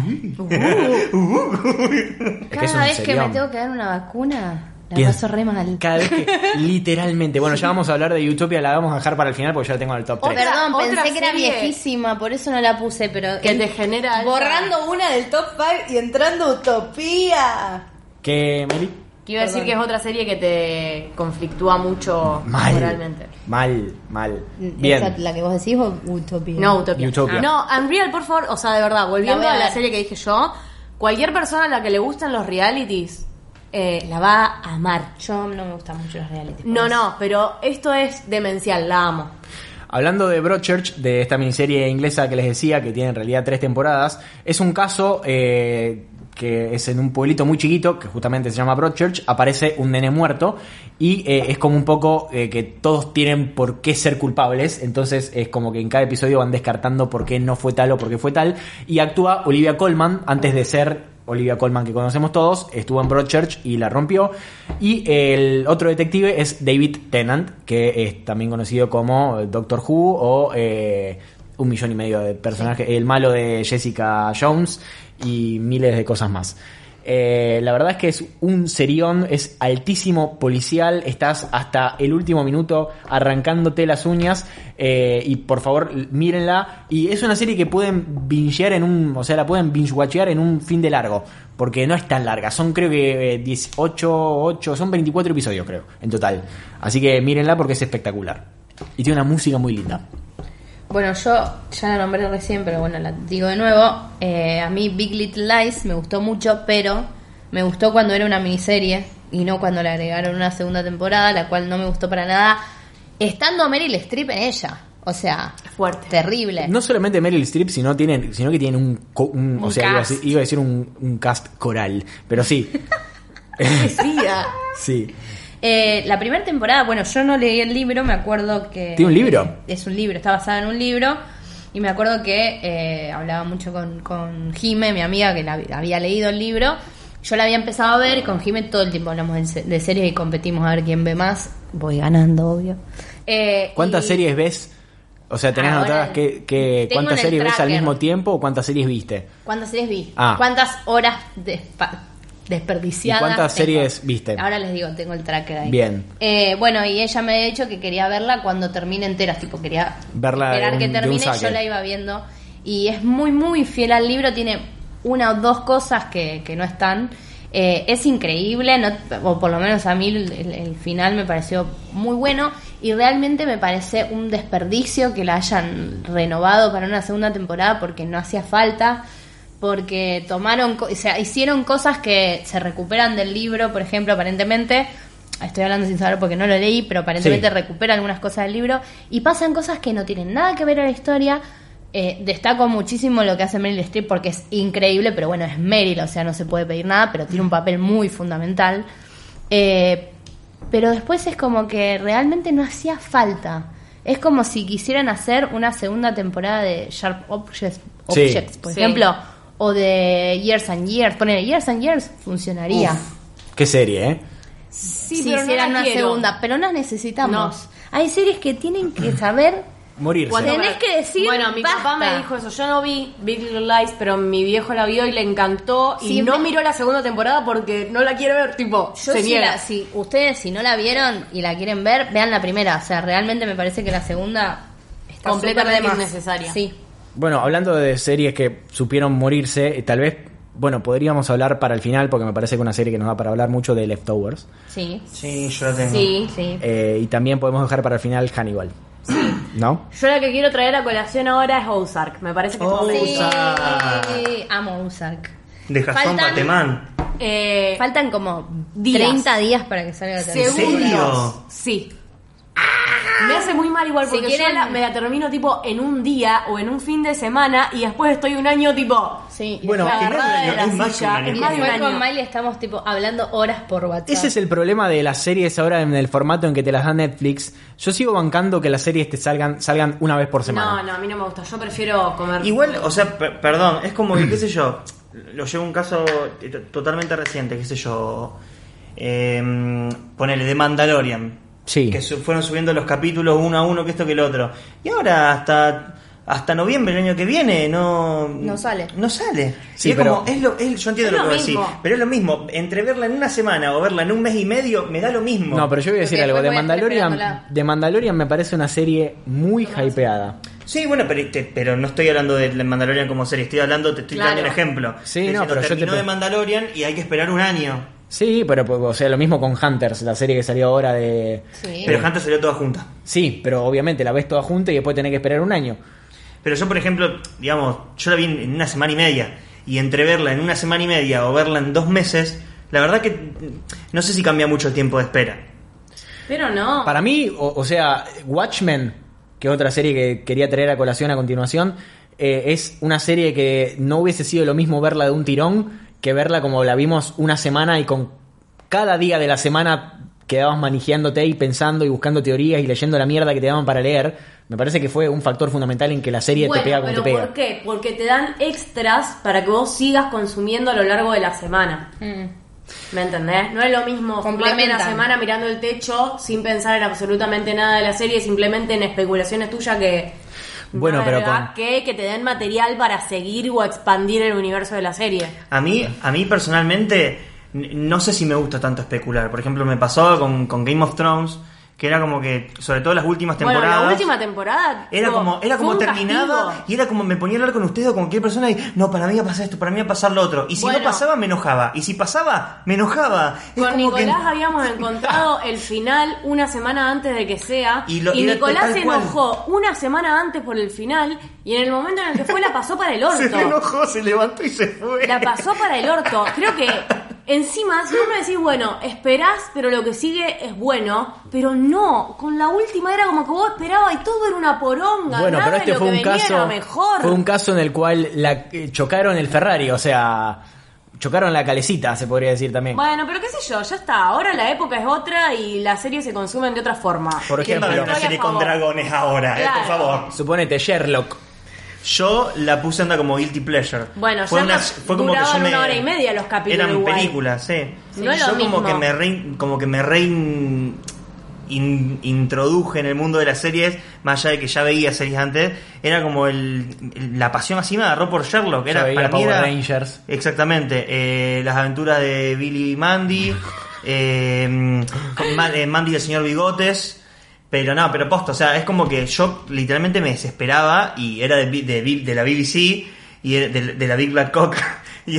Es que es Cada un vez que serión. me tengo que dar una vacuna, la Bien. paso re mal. Cada vez que, literalmente. Bueno, ya vamos a hablar de Utopia, la vamos a dejar para el final porque ya la tengo en el top 3. Perdón, Otra pensé que era serie viejísima, por eso no la puse, pero... Que te genera... Borrando una del top 5 y entrando a Utopía. ¿Qué, Meli? Que iba a decir que es otra serie que te conflictúa mucho moralmente. Mal. ¿Esa, Bien. la que vos decís o Utopía? No, Utopia. Utopia. No, Unreal, por favor, o sea, de verdad, volviendo La voy a a la ver. serie que dije yo, cualquier persona a la que le gustan los realities la va a amar. Yo no me gustan mucho los reality. No, pero esto es demencial, la amo. Hablando de Broadchurch, de esta miniserie inglesa que les decía, que tiene en realidad 3 temporadas, es un caso que es en un pueblito muy chiquito, que justamente se llama Broadchurch, aparece un nene muerto y es como un poco que todos tienen por qué ser culpables, entonces es como que en cada episodio van descartando por qué no fue tal o por qué fue tal, y actúa Olivia Colman, antes de ser Olivia Colman que conocemos todos, estuvo en Broadchurch y la rompió, y el otro detective es David Tennant, que es también conocido como Doctor Who o 1,5 millones de personajes, el malo de Jessica Jones y miles de cosas más. La verdad es que es un serión, es altísimo policial, estás hasta el último minuto arrancándote las uñas, y por favor mírenla, y es una serie que pueden bingear la pueden binge-watchear en un fin de largo, porque no es tan larga, son creo que 18, son 24 episodios creo, en total, así que mírenla porque es espectacular, y tiene una música muy linda. Bueno, yo ya la nombré recién, pero bueno, la digo de nuevo. A mí Big Little Lies me gustó mucho, pero me gustó cuando era una miniserie y no cuando le agregaron una segunda temporada, la cual no me gustó para nada, estando Meryl Streep en ella. O sea, Fuerte. terrible. No solamente Meryl Streep, sino que tienen un o sea, cast. iba a decir un cast coral, pero sí. Sí. La primera temporada, bueno, yo no leí el libro, me acuerdo que... ¿Tiene un libro? Es un libro, está basado en un libro. Y me acuerdo que hablaba mucho con Jime, mi amiga, que había leído el libro. Yo la había empezado a ver y con Jime todo el tiempo hablamos de series y competimos a ver quién ve más. Voy ganando, obvio. ¿Cuántas series ves? O sea, ¿tenés Ahora anotadas tengo cuántas en el series ves al tracker. mismo tiempo o cuántas series viste? ¿Cuántas series vi? Ah. ¿Cuántas horas desperdiciadas? ¿Y cuántas tengo? series viste? Ahora les digo, tengo el tracker ahí. Bien. Bueno, y ella me había dicho que quería verla cuando termine entera, tipo, quería Verla esperar de que un termine y saque. yo la iba viendo. Y es muy, muy fiel al libro, tiene una o dos cosas que no están. Es increíble, o por lo menos a mí el final me pareció muy bueno y realmente me parece un desperdicio que la hayan renovado para una segunda temporada porque no hacía falta, porque hicieron cosas que se recuperan del libro, por ejemplo, aparentemente, estoy hablando sin saber porque no lo leí, pero aparentemente Sí. recupera algunas cosas del libro y pasan cosas que no tienen nada que ver a la historia. Destaco muchísimo lo que hace Meryl Streep porque es increíble, pero bueno, es Meryl, o sea, no se puede pedir nada, pero tiene un papel muy fundamental. Pero después es como que realmente no hacía falta. Es como si quisieran hacer una segunda temporada de Sharp Objects, por Sí. ejemplo, o de Years and Years. Poner Years and Years funcionaría. Uf, qué serie, ¿eh? Sí, si pero no hicieran la una quiero. segunda, pero no necesitamos. Hay series que tienen que saber. Morirse. Cuando Tenés que decir, Bueno, mi basta. papá me dijo eso. Yo no vi Big Little Lies, pero mi viejo la vio y le encantó. Y Sí, no me- miró la segunda temporada porque no la quiere ver. Tipo, Yo se niega. si ustedes si no la vieron y la quieren ver, vean la primera. O sea, realmente me parece que la segunda está Completamente súper de más. innecesaria. Sí. Bueno, hablando de series que supieron morirse, tal vez, bueno, podríamos hablar para el final, porque me parece que una serie que nos da para hablar mucho de Leftovers. Sí. Sí, yo la tengo. Sí, sí. Y también podemos dejar para el final Hannibal. ¿No? Yo la que quiero traer a colación ahora es Ozark. Me parece que es Oh, Sí, Ozark. amo Ozark. De Gastón Faltan- Patemán. Faltan como Días. 30 días para que salga la tercera. serio? Sí. Me hace muy mal igual Si porque quieren- yo me la termino tipo en un día o en un fin de semana y después estoy un año tipo Sí. Bueno, la que no es agarrada un de año, la es más que un silla. año. Es Y más de un después con año. Miley estamos tipo hablando horas por WhatsApp. Ese es el problema de las series ahora en el formato en que te las da Netflix. Yo sigo bancando que las series te salgan una vez por semana. No, a mí no me gusta. Yo prefiero comer. Igual, o sea, perdón, es como que, qué sé yo, lo llevo un caso totalmente reciente, qué sé yo, ponele, de Mandalorian. Sí. Que fueron subiendo los capítulos uno a uno, que esto que el otro. Y ahora hasta noviembre del año que viene no sale. No sale. Sí, Y es pero- como, yo entiendo Es lo lo que vos decís, mismo. pero es lo mismo. Entre verla en una semana o verla en un mes y medio, me da lo mismo. No, pero yo voy a decir Porque algo. después voy a estar esperándola. De Mandalorian me parece una serie muy hypeada. Sí, bueno, pero no estoy hablando de Mandalorian como serie, te estoy Claro. dando un ejemplo. Sí, Estoy no, diciendo, pero yo terminó te- de Mandalorian y hay que esperar un año. Sí, pero o sea, lo mismo con Hunters, la serie que salió ahora de... Sí. Pero Hunter salió toda junta. Sí, pero obviamente la ves toda junta y después tenés que esperar un año. Pero yo, por ejemplo, digamos, yo la vi en una semana y media. Y entre verla en una semana y media o verla en 2 meses, la verdad que no sé si cambia mucho el tiempo de espera. Pero no. Para mí, o sea, Watchmen, que es otra serie que quería traer a colación a continuación, es una serie que no hubiese sido lo mismo verla de un tirón que verla como la vimos una semana y con cada día de la semana quedabas manejándote y pensando y buscando teorías y leyendo la mierda que te daban para leer. Me parece que fue un factor fundamental en que la serie Bueno, te pega como pero te pega. ¿por qué? Porque te dan extras para que vos sigas consumiendo a lo largo de la semana. ¿Me entendés? No es lo mismo fumarte Complementan. una semana mirando el techo sin pensar en absolutamente nada de la serie, simplemente en especulaciones tuyas que... Bueno, no, pero ¿verdad? con- que te den material para seguir o expandir el universo de la serie. A mí personalmente, no sé si me gusta tanto especular. Por ejemplo, me pasó con Game of Thrones, que era como que, sobre todo las últimas temporadas... Bueno, la última temporada... Era como fue un terminaba castigo. y era como me ponía a hablar con ustedes o con cualquier persona y no, para mí va a pasar esto, para mí va a pasar lo otro. Y si Bueno. no pasaba, me enojaba. Y si pasaba, me enojaba. Es Con como que- Nicolás habíamos encontrado el final una semana antes de que sea Y y, lo- era Nicolás tal se cual. enojó una semana antes por el final y en el momento en el que fue la pasó para el orto. Se me enojó, se levantó y se fue. La pasó para el orto. Creo que Encima, si vos me decís, bueno, esperás, pero lo que sigue es bueno, pero no, con la última era como que vos esperabas y todo era una poronga. Bueno, nada pero este de lo fue que un venía caso. era mejor. Fue un caso en el cual chocaron el Ferrari, o sea, chocaron la calecita, se podría decir también. Bueno, pero qué sé yo, ya está. Ahora la época es otra y las series se consumen de otra forma. Por ¿Quién va a ver ejemplo, una serie con dragones ahora? Claro. Por favor. suponete Sherlock. Yo la puse onda como guilty pleasure. Bueno, fue ya fue como que yo duraban me, una hora y media los capítulos eran igual. películas, sí. No es lo yo mismo. como que me introduje en el mundo de las series, más allá de que ya veía series antes, era como la pasión así me agarró por Sherlock. Ya Era veía para mí Power era Rangers. exactamente las aventuras de Billy y Mandy, Mandy y el señor Bigotes. Pero no, pero posta, o sea, es como que yo literalmente me desesperaba y era de la BBC y de la Big Black Cock y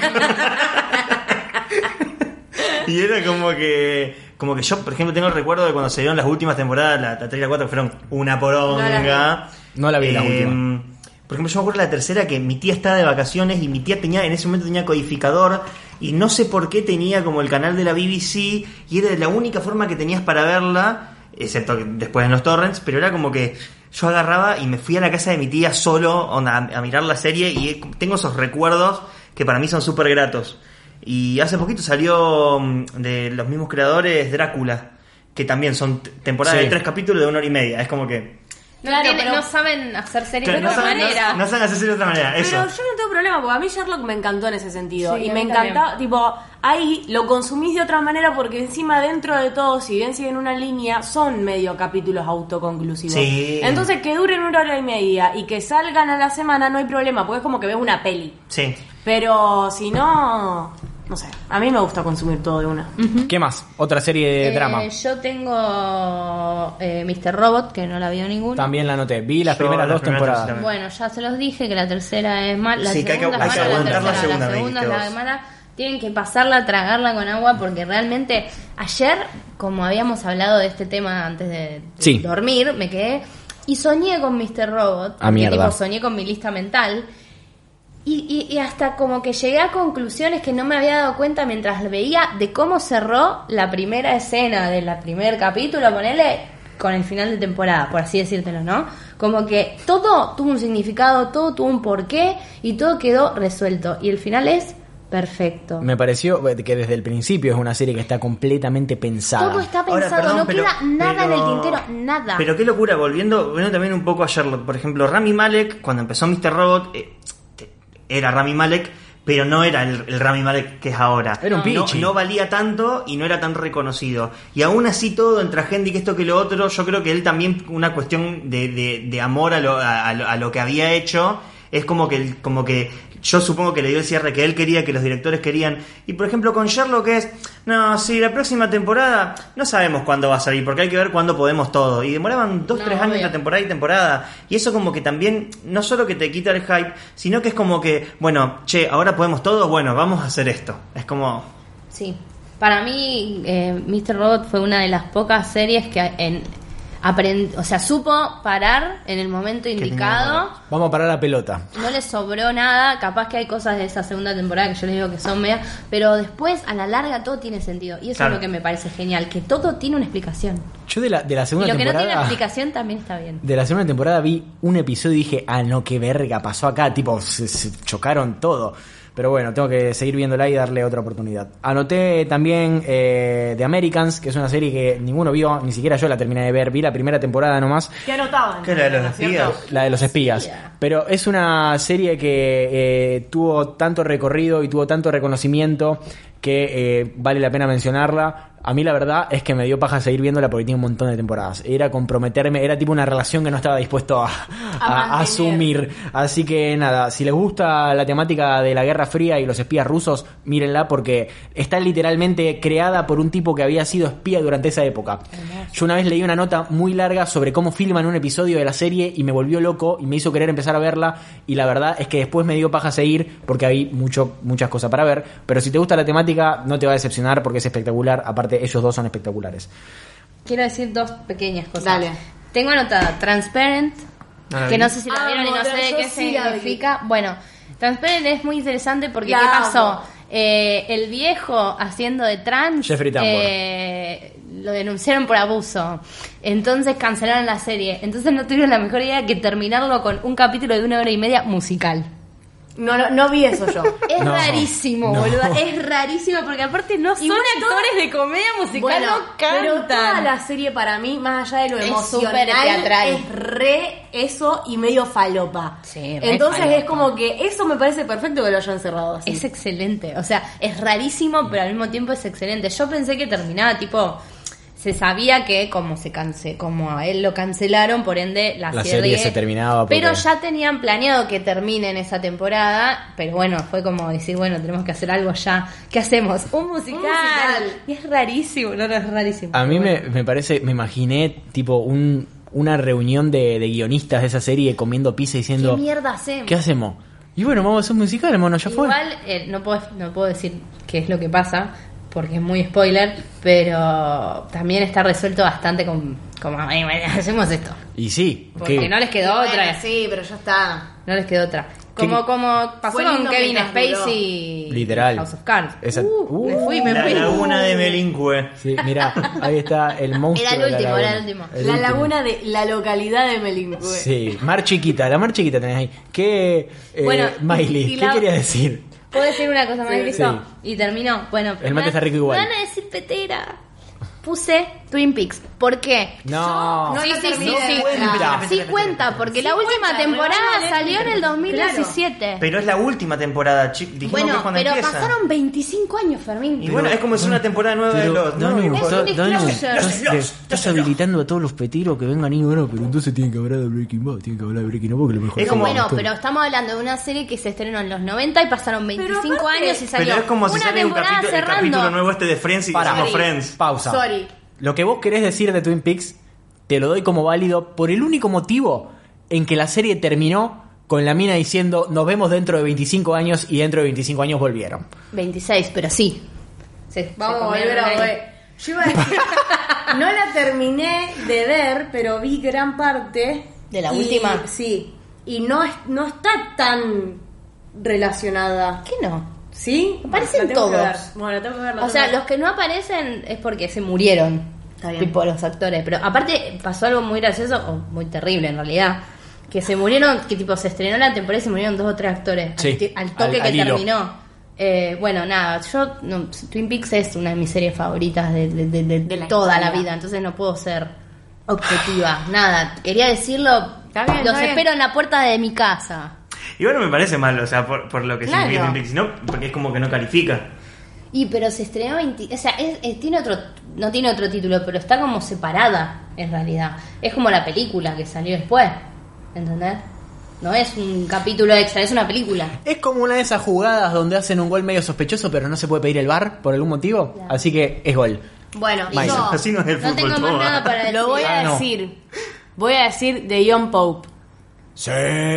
era como que yo, por ejemplo, tengo el recuerdo de cuando se dieron las últimas temporadas, la 3 y la 4, que fueron una poronga. No la vi la última. Por ejemplo, yo me acuerdo de la tercera que mi tía estaba de vacaciones y mi tía en ese momento tenía codificador y no sé por qué tenía como el canal de la BBC y era la única forma que tenías para verla, excepto que después en los torrents, pero era como que yo agarraba y me fui a la casa de mi tía solo a mirar la serie y tengo esos recuerdos que para mí son súper gratos. Y hace poquito salió de los mismos creadores Drácula, que también son temporadas Sí. de 3 capítulos de 1 hora y media. Es como que Claro, No saben hacer series claro, de otra manera. no saben hacer de otra manera. Pero Eso. yo no tengo problema, porque a mí Sherlock me encantó en ese sentido. Sí, y a me mí encantaba, tipo, ahí lo consumís de otra manera porque encima dentro de todo, si bien siguen una línea, son medio capítulos autoconclusivos. Sí. Entonces que duren una hora y media y que salgan a la semana no hay problema, porque es como que ves una peli. Sí. Pero si no, no sé, a mí me gusta consumir todo de una. ¿Qué más? Otra serie de drama. Yo tengo Mr. Robot, que no la vio ninguno. También la anoté. Vi las Yo primeras las 2 primeras temporadas. también. Bueno, ya se los dije que la tercera es mala. La Sí, que hay que segunda es mala, aguantar la segunda, la me segunda es dijiste la vos. mala. Tienen que pasarla, tragarla con agua, porque realmente ayer, como habíamos hablado de este tema antes de Sí. dormir, me quedé y soñé con Mr. Robot. Ah, mierda. Tipo, soñé con mi lista mental. Y hasta como que llegué a conclusiones que no me había dado cuenta mientras veía de cómo cerró la primera escena del primer capítulo, ponele, con el final de temporada, por así decírtelo, ¿no? Como que todo tuvo un significado, todo tuvo un porqué y todo quedó resuelto. Y el final es perfecto. Me pareció que desde el principio es una serie que está completamente pensada. Todo está Ahora, pensado, perdón, no pero- queda nada en el pero- tintero, nada. Pero qué locura, volviendo también un poco a Sherlock. Por ejemplo, Rami Malek, cuando empezó Mr. Robot, era Rami Malek, pero no era el Rami Malek que es ahora. Era un no, pichi. no valía tanto y no era tan reconocido. Y aún así todo, entre Agenda y que esto que lo otro, yo creo que él también, una cuestión de amor a lo que había hecho, es como que yo supongo que le dio el cierre que él quería, que los directores querían. Y por ejemplo con Sherlock no, sí, la próxima temporada no sabemos cuándo va a salir, porque hay que ver cuándo podemos todo. Y demoraban 2-3 años obvio. entre temporada y temporada. Y eso como que también, no solo que te quita el hype, sino que es como que, bueno, che, ahora podemos todo, bueno, vamos a hacer esto. Es como... Sí, para mí Mr. Robot fue una de las pocas series que supo parar en el momento indicado. Vamos a parar la pelota. No le sobró nada, capaz que hay cosas de esa segunda temporada que yo les digo que son media, pero después a la larga todo tiene sentido y eso Claro. es lo que me parece genial, que todo tiene una explicación. Yo de la Y segunda lo que no tiene temporada... explicación también está bien. De la segunda temporada vi un episodio y dije, no, qué verga pasó acá, tipo, se chocaron todo. Pero bueno, tengo que seguir viéndola y darle otra oportunidad. Anoté también The Americans, que es una serie que ninguno vio, ni siquiera yo la terminé de ver, vi la primera temporada nomás, ¿Qué anotaban? ¿Qué era de los ¿Cierto? espías? la de los espías. Espía. Pero es una serie que tuvo tanto recorrido y tuvo tanto reconocimiento que vale la pena mencionarla. A mí la verdad es que me dio paja seguir viéndola porque tiene un montón de temporadas. Era comprometerme, era tipo una relación que no estaba dispuesto a mantener. asumir. Así que nada, si les gusta la temática de la Guerra Fría y los espías rusos, mírenla porque está literalmente creada por un tipo que había sido espía durante esa época. Yo una vez leí una nota muy larga sobre cómo filman un episodio de la serie y me volvió loco y me hizo querer empezar a verla, y la verdad es que después me dio paja seguir porque hay muchas cosas para ver. Pero si te gusta la temática no te va a decepcionar porque es espectacular. Aparte ellos dos son espectaculares. Quiero decir dos pequeñas cosas. Dale. Tengo anotada Transparent, No la que vi. no sé si la vieron y no sé de yo qué sí la vi. significa. Bueno, Transparent es muy interesante porque La ¿qué amo. pasó? El viejo haciendo de trans Jeffrey Tambor. lo denunciaron por abuso. Entonces cancelaron la serie. Entonces no tuvieron la mejor idea que terminarlo con un capítulo de 1 hora y media musical. No vi eso yo. Es No, rarísimo, no. boluda. Es rarísimo porque aparte no son Igual actores de comedia musical, Bueno, no pero toda cantan. la serie para mí, más allá de lo Es emocional, súper teatral. es re eso y medio falopa. Sí, re Entonces falopa. es como que eso me parece perfecto que lo hayan cerrado así. Es excelente, o sea, es rarísimo, pero al mismo tiempo es excelente. Yo pensé que terminaba tipo, se sabía que como a él lo cancelaron, por ende la serie se terminaba porque- pero ya tenían planeado que termine en esa temporada, pero bueno, fue como decir, bueno, tenemos que hacer algo ya. ¿Qué hacemos? Un musical. Y es rarísimo, no es rarísimo. A mí Bueno. me parece, me imaginé tipo una reunión de guionistas de esa serie comiendo pizza y diciendo, ¿Qué mierda hacemos? ¿qué hacemos? Y bueno, vamos a hacer un musical, hermano, ya fue. Igual no puedo decir qué es lo que pasa porque es muy spoiler, pero también está resuelto bastante como "Ay, bueno, hacemos esto", Y sí, porque que no les quedó Bueno, otra. sí, pero ya está. No les quedó otra. Como pasó Fue con lindo Kevin mientras Spacey y Literal. House of Cards. Esa- Me fui. La laguna de Melinque. sí, mira, ahí está el monstruo. Era el de la último, laguna. era el último. El La último. laguna de la localidad de Melinque. Sí, Mar Chiquita, la Mar Chiquita tenés ahí. ¿Qué, Bueno, Miley, y qué la- querías decir? ¿Puedo decir una cosa más, Sí. listo? Sí. Y terminó. Bueno, El mate está rico igual. Me van a decir petera. Puse Twin Peaks. ¿Por qué? No, No Sí, la sí, terminé sí, de sí. cuenta. Sí cuenta, porque la última cuenta, temporada me van a salió en el 2017. Pero es la última temporada, dijimos que Bueno, es cuando pero empieza. pasaron 25 años, Fermín. Y bueno, es como si una temporada nueva de los... Danu, Es un Danu, disclosure. estás habilitando a todos los petiros que vengan y bueno, pero entonces tienen que hablar de Breaking Bad, tienen que hablar de Breaking Bad porque lo mejor Es es como- la Bueno, historia. pero estamos hablando de una serie que se estrenó en los 90 y pasaron 25 aparte- años y salió Pero es como si una sale un temporada capítulo, el cerrando. capítulo nuevo este de Friends y Para. decimos Friends. Pausa. Sorry. Lo que vos querés decir de Twin Peaks te lo doy como válido por el único motivo en que la serie terminó con la mina diciendo nos vemos dentro de 25 años y dentro de 25 años volvieron. 26, pero sí. Vamos a volver a ver. Yo iba a decir, no la terminé de ver, pero vi gran parte. ¿De la y- última? Sí. Y no está tan relacionada. ¿Qué no? ¿Sí? Aparecen La tengo que todos. ver. Bueno, la tengo que ver. la O sea, tengo que los que no aparecen es porque se murieron. Está bien. Tipo los actores. Pero aparte pasó algo muy gracioso, o muy terrible en realidad. Que se murieron, que tipo se estrenó la temporada y se murieron 2 o 3 actores. Sí, Al toque al que hilo. terminó. Bueno, nada, Twin Peaks es una de mis series favoritas de la toda la historia. vida, entonces no puedo ser objetiva. Nada, quería decirlo. Está bien, los está bien. espero en la puerta de mi casa. Igual no me parece mal, o sea, por lo que Claro. significa Twin Peaks, sino porque es como que no califica. Y pero se estrenó o sea, tiene otro, no tiene otro título, pero está como separada en realidad. Es como la película que salió después, ¿entendés? No es un capítulo extra, es una película. Es como una de esas jugadas donde hacen un gol medio sospechoso pero no se puede pedir el VAR por algún motivo, Claro. así que es gol. Bueno, Miley. yo Así no es el No fútbol. tengo más todo, nada ¿eh? para decir. lo voy a no. decir. Voy a decir de John Pope. Sí.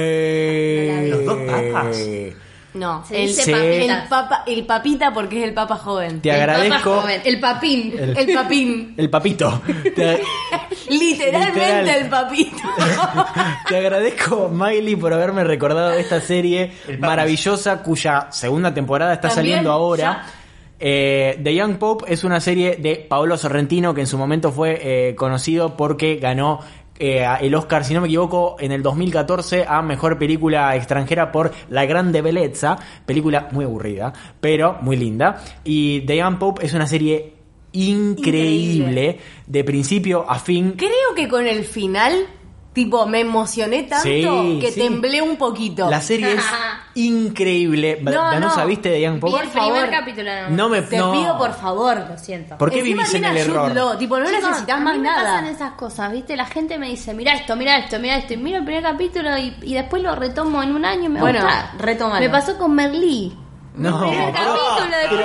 Los dos papas. No, Se dice el papita porque es el papa joven. Te El agradezco. papa joven, el papín. El papín. El papito. Te, Literalmente Literal. el papito. te agradezco, Miley, por haberme recordado de esta serie El Papas. maravillosa cuya segunda temporada está También, saliendo ahora. The Young Pope es una serie de Paolo Sorrentino que en su momento fue conocido porque ganó el Oscar, si no me equivoco, en el 2014 a Mejor Película Extranjera por La Grande Bellezza, película muy aburrida, pero muy linda. Y The Young Pope es una serie increíble, de principio a fin. Creo que con el final, tipo, me emocioné tanto Sí, que sí. temblé un poquito. La serie es increíble. No, Danusa, no. ¿viste The Young Vi Pope? el Por favor. primer capítulo nada más. No me Te no. pido, por favor. Lo siento. ¿Por qué Encima vivís en tiene el a Jude error? Law, tipo, no Chicos, necesitas a más mí me pasan nada. esas cosas, ¿viste? La gente me dice, mira esto, mira esto, mira esto. Y miro el primer capítulo y después lo retomo en un año y me Bueno, gusta. retómalo. Me pasó con Merlí. No, El primer capítulo de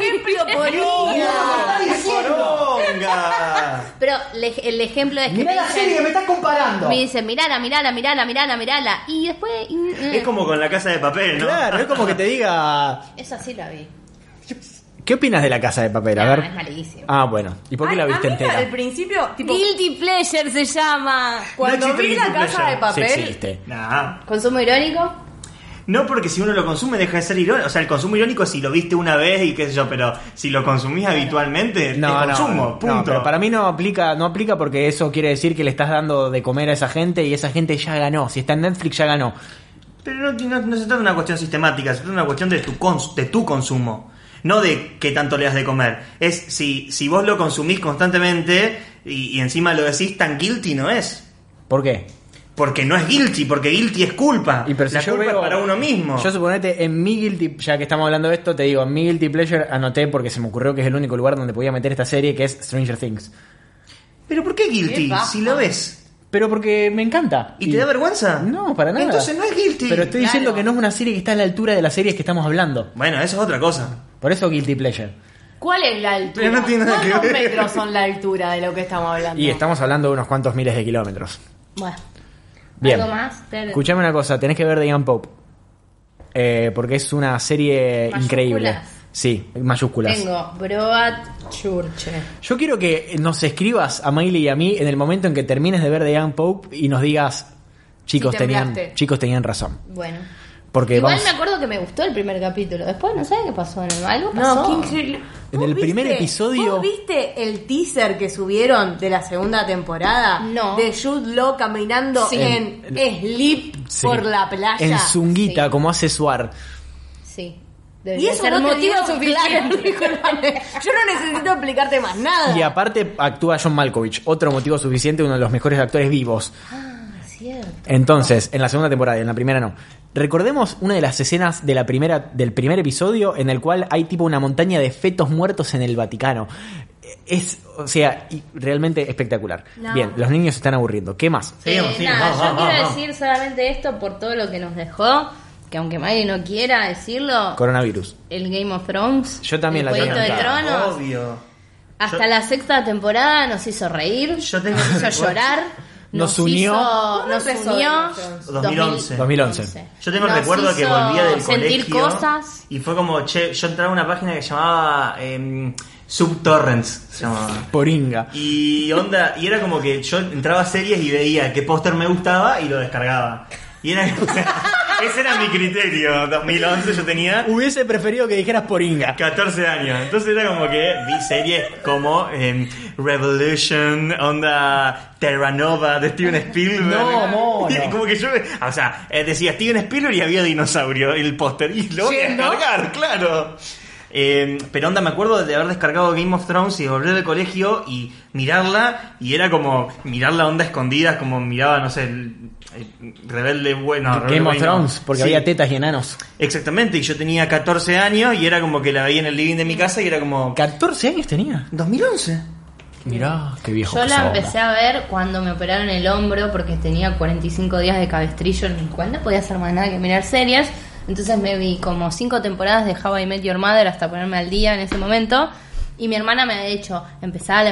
¡Poronga! Pero el ejemplo es que me dicen, estás comparando. me dicen, mirala. Y después... Es como con La Casa de Papel, ¿no? Claro, es como que te diga. Esa sí la vi. ¿Qué opinas de La Casa de Papel? A No, ver. es malísimo. Ah, bueno. ¿Y por qué la Ay, viste a mí entera? al principio, tipo, Guilty Pleasure se llama. cuando No existe vi La Guilty Casa Pleasure. de Papel, Sí existe. Nah. ¿Consumo irónico? No, porque si uno lo consume deja de ser irónico. O sea, el consumo irónico es si lo viste una vez y qué sé yo, pero si lo consumís habitualmente, es consumo, punto. No, pero para mí no aplica porque eso quiere decir que le estás dando de comer a esa gente y esa gente ya ganó. Si está en Netflix ya ganó. Pero no se trata de una cuestión sistemática, se trata de una cuestión de tu consumo. No de qué tanto le das de comer. Es si vos lo consumís constantemente y encima lo decís, tan guilty no es. ¿Por qué? Porque no es guilty, porque guilty es culpa. Y pero si la yo culpa veo, es para uno mismo. Yo suponete en mi guilty, ya que estamos hablando de esto, te digo, en mi guilty pleasure anoté porque se me ocurrió que es el único lugar donde podía meter esta serie, que es Stranger Things. ¿Pero por qué guilty? Si lo ves. Pero porque me encanta. ¿Y te da vergüenza? No, para nada. Entonces no es guilty. Pero estoy diciendo que no es una serie que está a la altura de las series que estamos hablando. Bueno, eso es otra cosa. Por eso guilty pleasure. ¿Cuál es la altura? Pero no tiene nada que ¿Cuántos ver. metros son la altura de lo que estamos hablando? Y estamos hablando de unos cuantos miles de kilómetros. Bueno. Bien. ¿Algo más? Escuchame una cosa, tenés que ver The Young Pope. Porque es una serie ¿Mayúsculas? increíble. Sí, mayúsculas. Tengo Broad Church. Yo quiero que nos escribas a Miley y a mí en el momento en que termines de ver The Young Pope y nos digas, chicos, Si tenían razón. Bueno. Porque Igual vamos, me acuerdo que me gustó el primer capítulo. Después no sé qué pasó en el algo pasó. No, qué increíble. En ¿Vos el primer episodio- ¿Vos viste el teaser que subieron de la segunda temporada? No. De Jude Law caminando Sí. en slip sí, por la playa. en zunguita, Sí. como hace Suar. Sí. Y Debería eso ser no te motivo dio- suficiente. claro, discúlpame. Yo no necesito explicarte más nada. Y aparte actúa John Malkovich, otro motivo suficiente, uno de los mejores actores vivos. Cierto. Entonces, en la segunda temporada y en la primera no. Recordemos una de las escenas de del primer episodio en el cual hay tipo una montaña de fetos muertos en el Vaticano. Es, o sea, realmente espectacular. No. Bien, los niños se están aburriendo. ¿Qué más? Seguimos, Nada, vamos, yo quiero vamos. decir solamente esto por todo lo que nos dejó. Que aunque Miley no quiera decirlo, Coronavirus. el Game of Thrones. Yo también el la tengo Jueguito de anotada. Tronos. Obvio. Hasta Yo- la sexta temporada nos hizo reír. Yo tengo- nos hizo llorar. Nos unió. Nos empezó unió. Game of Thrones? 2011. 2011. Yo tengo el Nos recuerdo que hizo volvía del sentir colegio cosas. y fue como, che, yo entraba a una página que se llamaba Subtorrents, se llamaba. Poringa. Y era como que yo entraba a series y veía qué póster me gustaba y lo descargaba. Y era, o sea, ese era mi criterio. 2011 yo tenía Hubiese preferido que dijeras Poringa. 14 años. Entonces era como que vi series como Revolution, onda Terra Nova de Steven Spielberg. No, mono. Y como que yo, o sea, decía Steven Spielberg y había dinosaurio el póster. Y lo voy a ¿Yendo? descargar, claro. Pero onda, me acuerdo de haber descargado Game of Thrones y volver del colegio y mirarla, y era como mirar la onda escondida, como miraba, no sé, el Rebelde Bueno. Game Rebelde of Bueno. Thrones, porque Sí. había tetas y enanos. Exactamente, y yo tenía 14 años y era como que la veía en el living de mi casa y era como... 14 años tenía. 2011. Mirá, qué viejo Yo que la sos. empecé a ver cuando me operaron el hombro porque tenía 45 días de cabestrillo en el cual no podía hacer más nada que mirar series. Entonces me vi como 5 temporadas de How I Met Your Mother hasta ponerme al día en ese momento. Y mi hermana me ha dicho, empezala.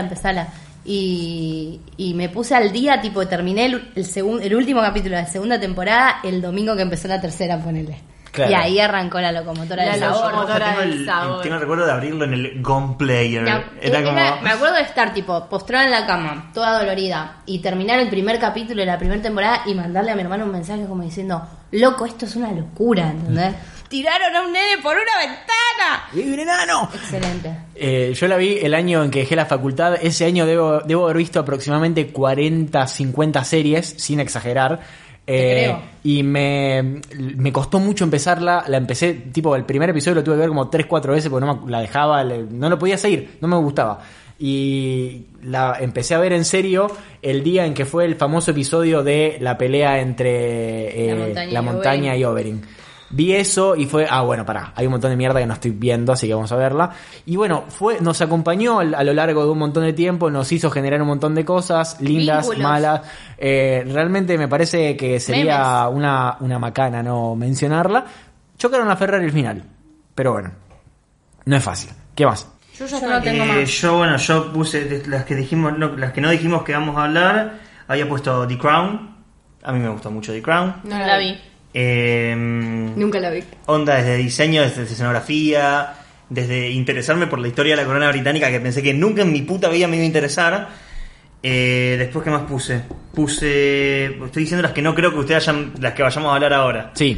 Y me puse al día, tipo, terminé el último capítulo de la segunda temporada el domingo que empezó la tercera, ponele. Claro. Y ahí arrancó la locomotora La del sabor. locomotora. Tengo del sabor. tengo el recuerdo de abrirlo en el Gone Player. Era como... Me acuerdo de estar tipo postrada en la cama, toda dolorida, y terminar el primer capítulo de la primera temporada y mandarle a mi hermano un mensaje como diciendo, loco, esto es una locura, ¿entendés? Tiraron a un nene por una ventana. ¡Y un enano! Excelente. Yo la vi el año en que dejé la facultad. Ese año debo haber visto aproximadamente 40, 50 series, sin exagerar. creo. Y me costó mucho empezarla. La empecé, tipo, el primer episodio lo tuve que ver como 3-4 veces porque la dejaba, no lo podía seguir, no me gustaba. Y la empecé a ver en serio el día en que fue el famoso episodio de la pelea entre La montaña y Oberyn. Vi eso y fue, bueno, pará, hay un montón de mierda que no estoy viendo, así que vamos a verla. Y bueno, nos acompañó a lo largo de un montón de tiempo, nos hizo generar un montón de cosas, lindas, Vínculos. malas. Realmente me parece que sería una macana no mencionarla. Chocaron a Ferrari al final, pero bueno, no es fácil. ¿Qué más? Yo ya no tengo más. Yo puse de las que dijimos, las que no dijimos que vamos a hablar. Había puesto The Crown. A mí me gustó mucho The Crown. No la vi. Nunca la vi. Onda desde diseño, desde escenografía, desde interesarme por la historia de la corona británica, que pensé que nunca en mi puta vida me iba a interesar. Después, ¿qué más puse? Estoy diciendo las que no creo que ustedes las que vayamos a hablar ahora. Sí.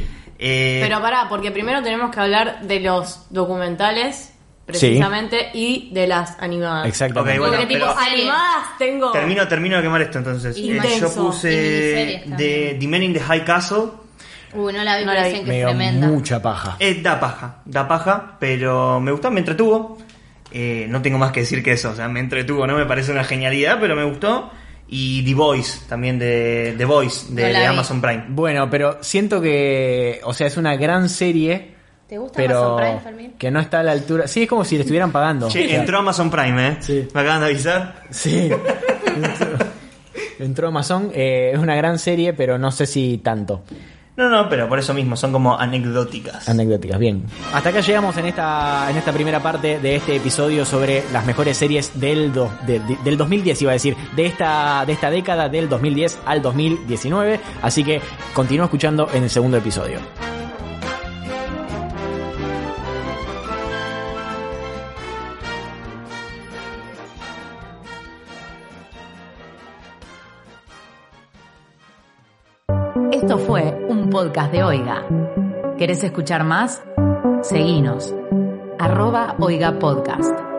Pero pará, porque primero tenemos que hablar de los documentales, precisamente, y de las animadas. Exactamente. Ok, bueno, Porque tipo, pero- animadas tengo... Termino de quemar esto entonces. Intenso. Yo puse Y miniseries también. de The Man in the High Castle. No la vi, No pero la dicen vi. que Me es dio tremenda. mucha paja. Da paja, pero me gustó, me entretuvo. No tengo más que decir que eso, o sea, me entretuvo, no me parece una genialidad, pero me gustó. Y The Voice, también de The Voice, No la de vi. Amazon Prime. Bueno, pero siento que, o sea, es una gran serie, ¿Te gusta pero Amazon Prime, Fermín? que no está a la altura. Sí, es como si le estuvieran pagando. Che, entró Amazon Prime, Sí. Me acaban de avisar. Sí. Entró Amazon. Es una gran serie, pero no sé si tanto. No, pero por eso mismo, son como anecdóticas. Anecdóticas, bien. Hasta acá llegamos en esta primera parte de este episodio sobre las mejores series del 2010, iba a decir, de esta década, del 2010 al 2019. Así que continúa escuchando en el segundo episodio. Esto fue un podcast de Oiga. ¿Querés escuchar más? Seguinos. @Oiga Podcast.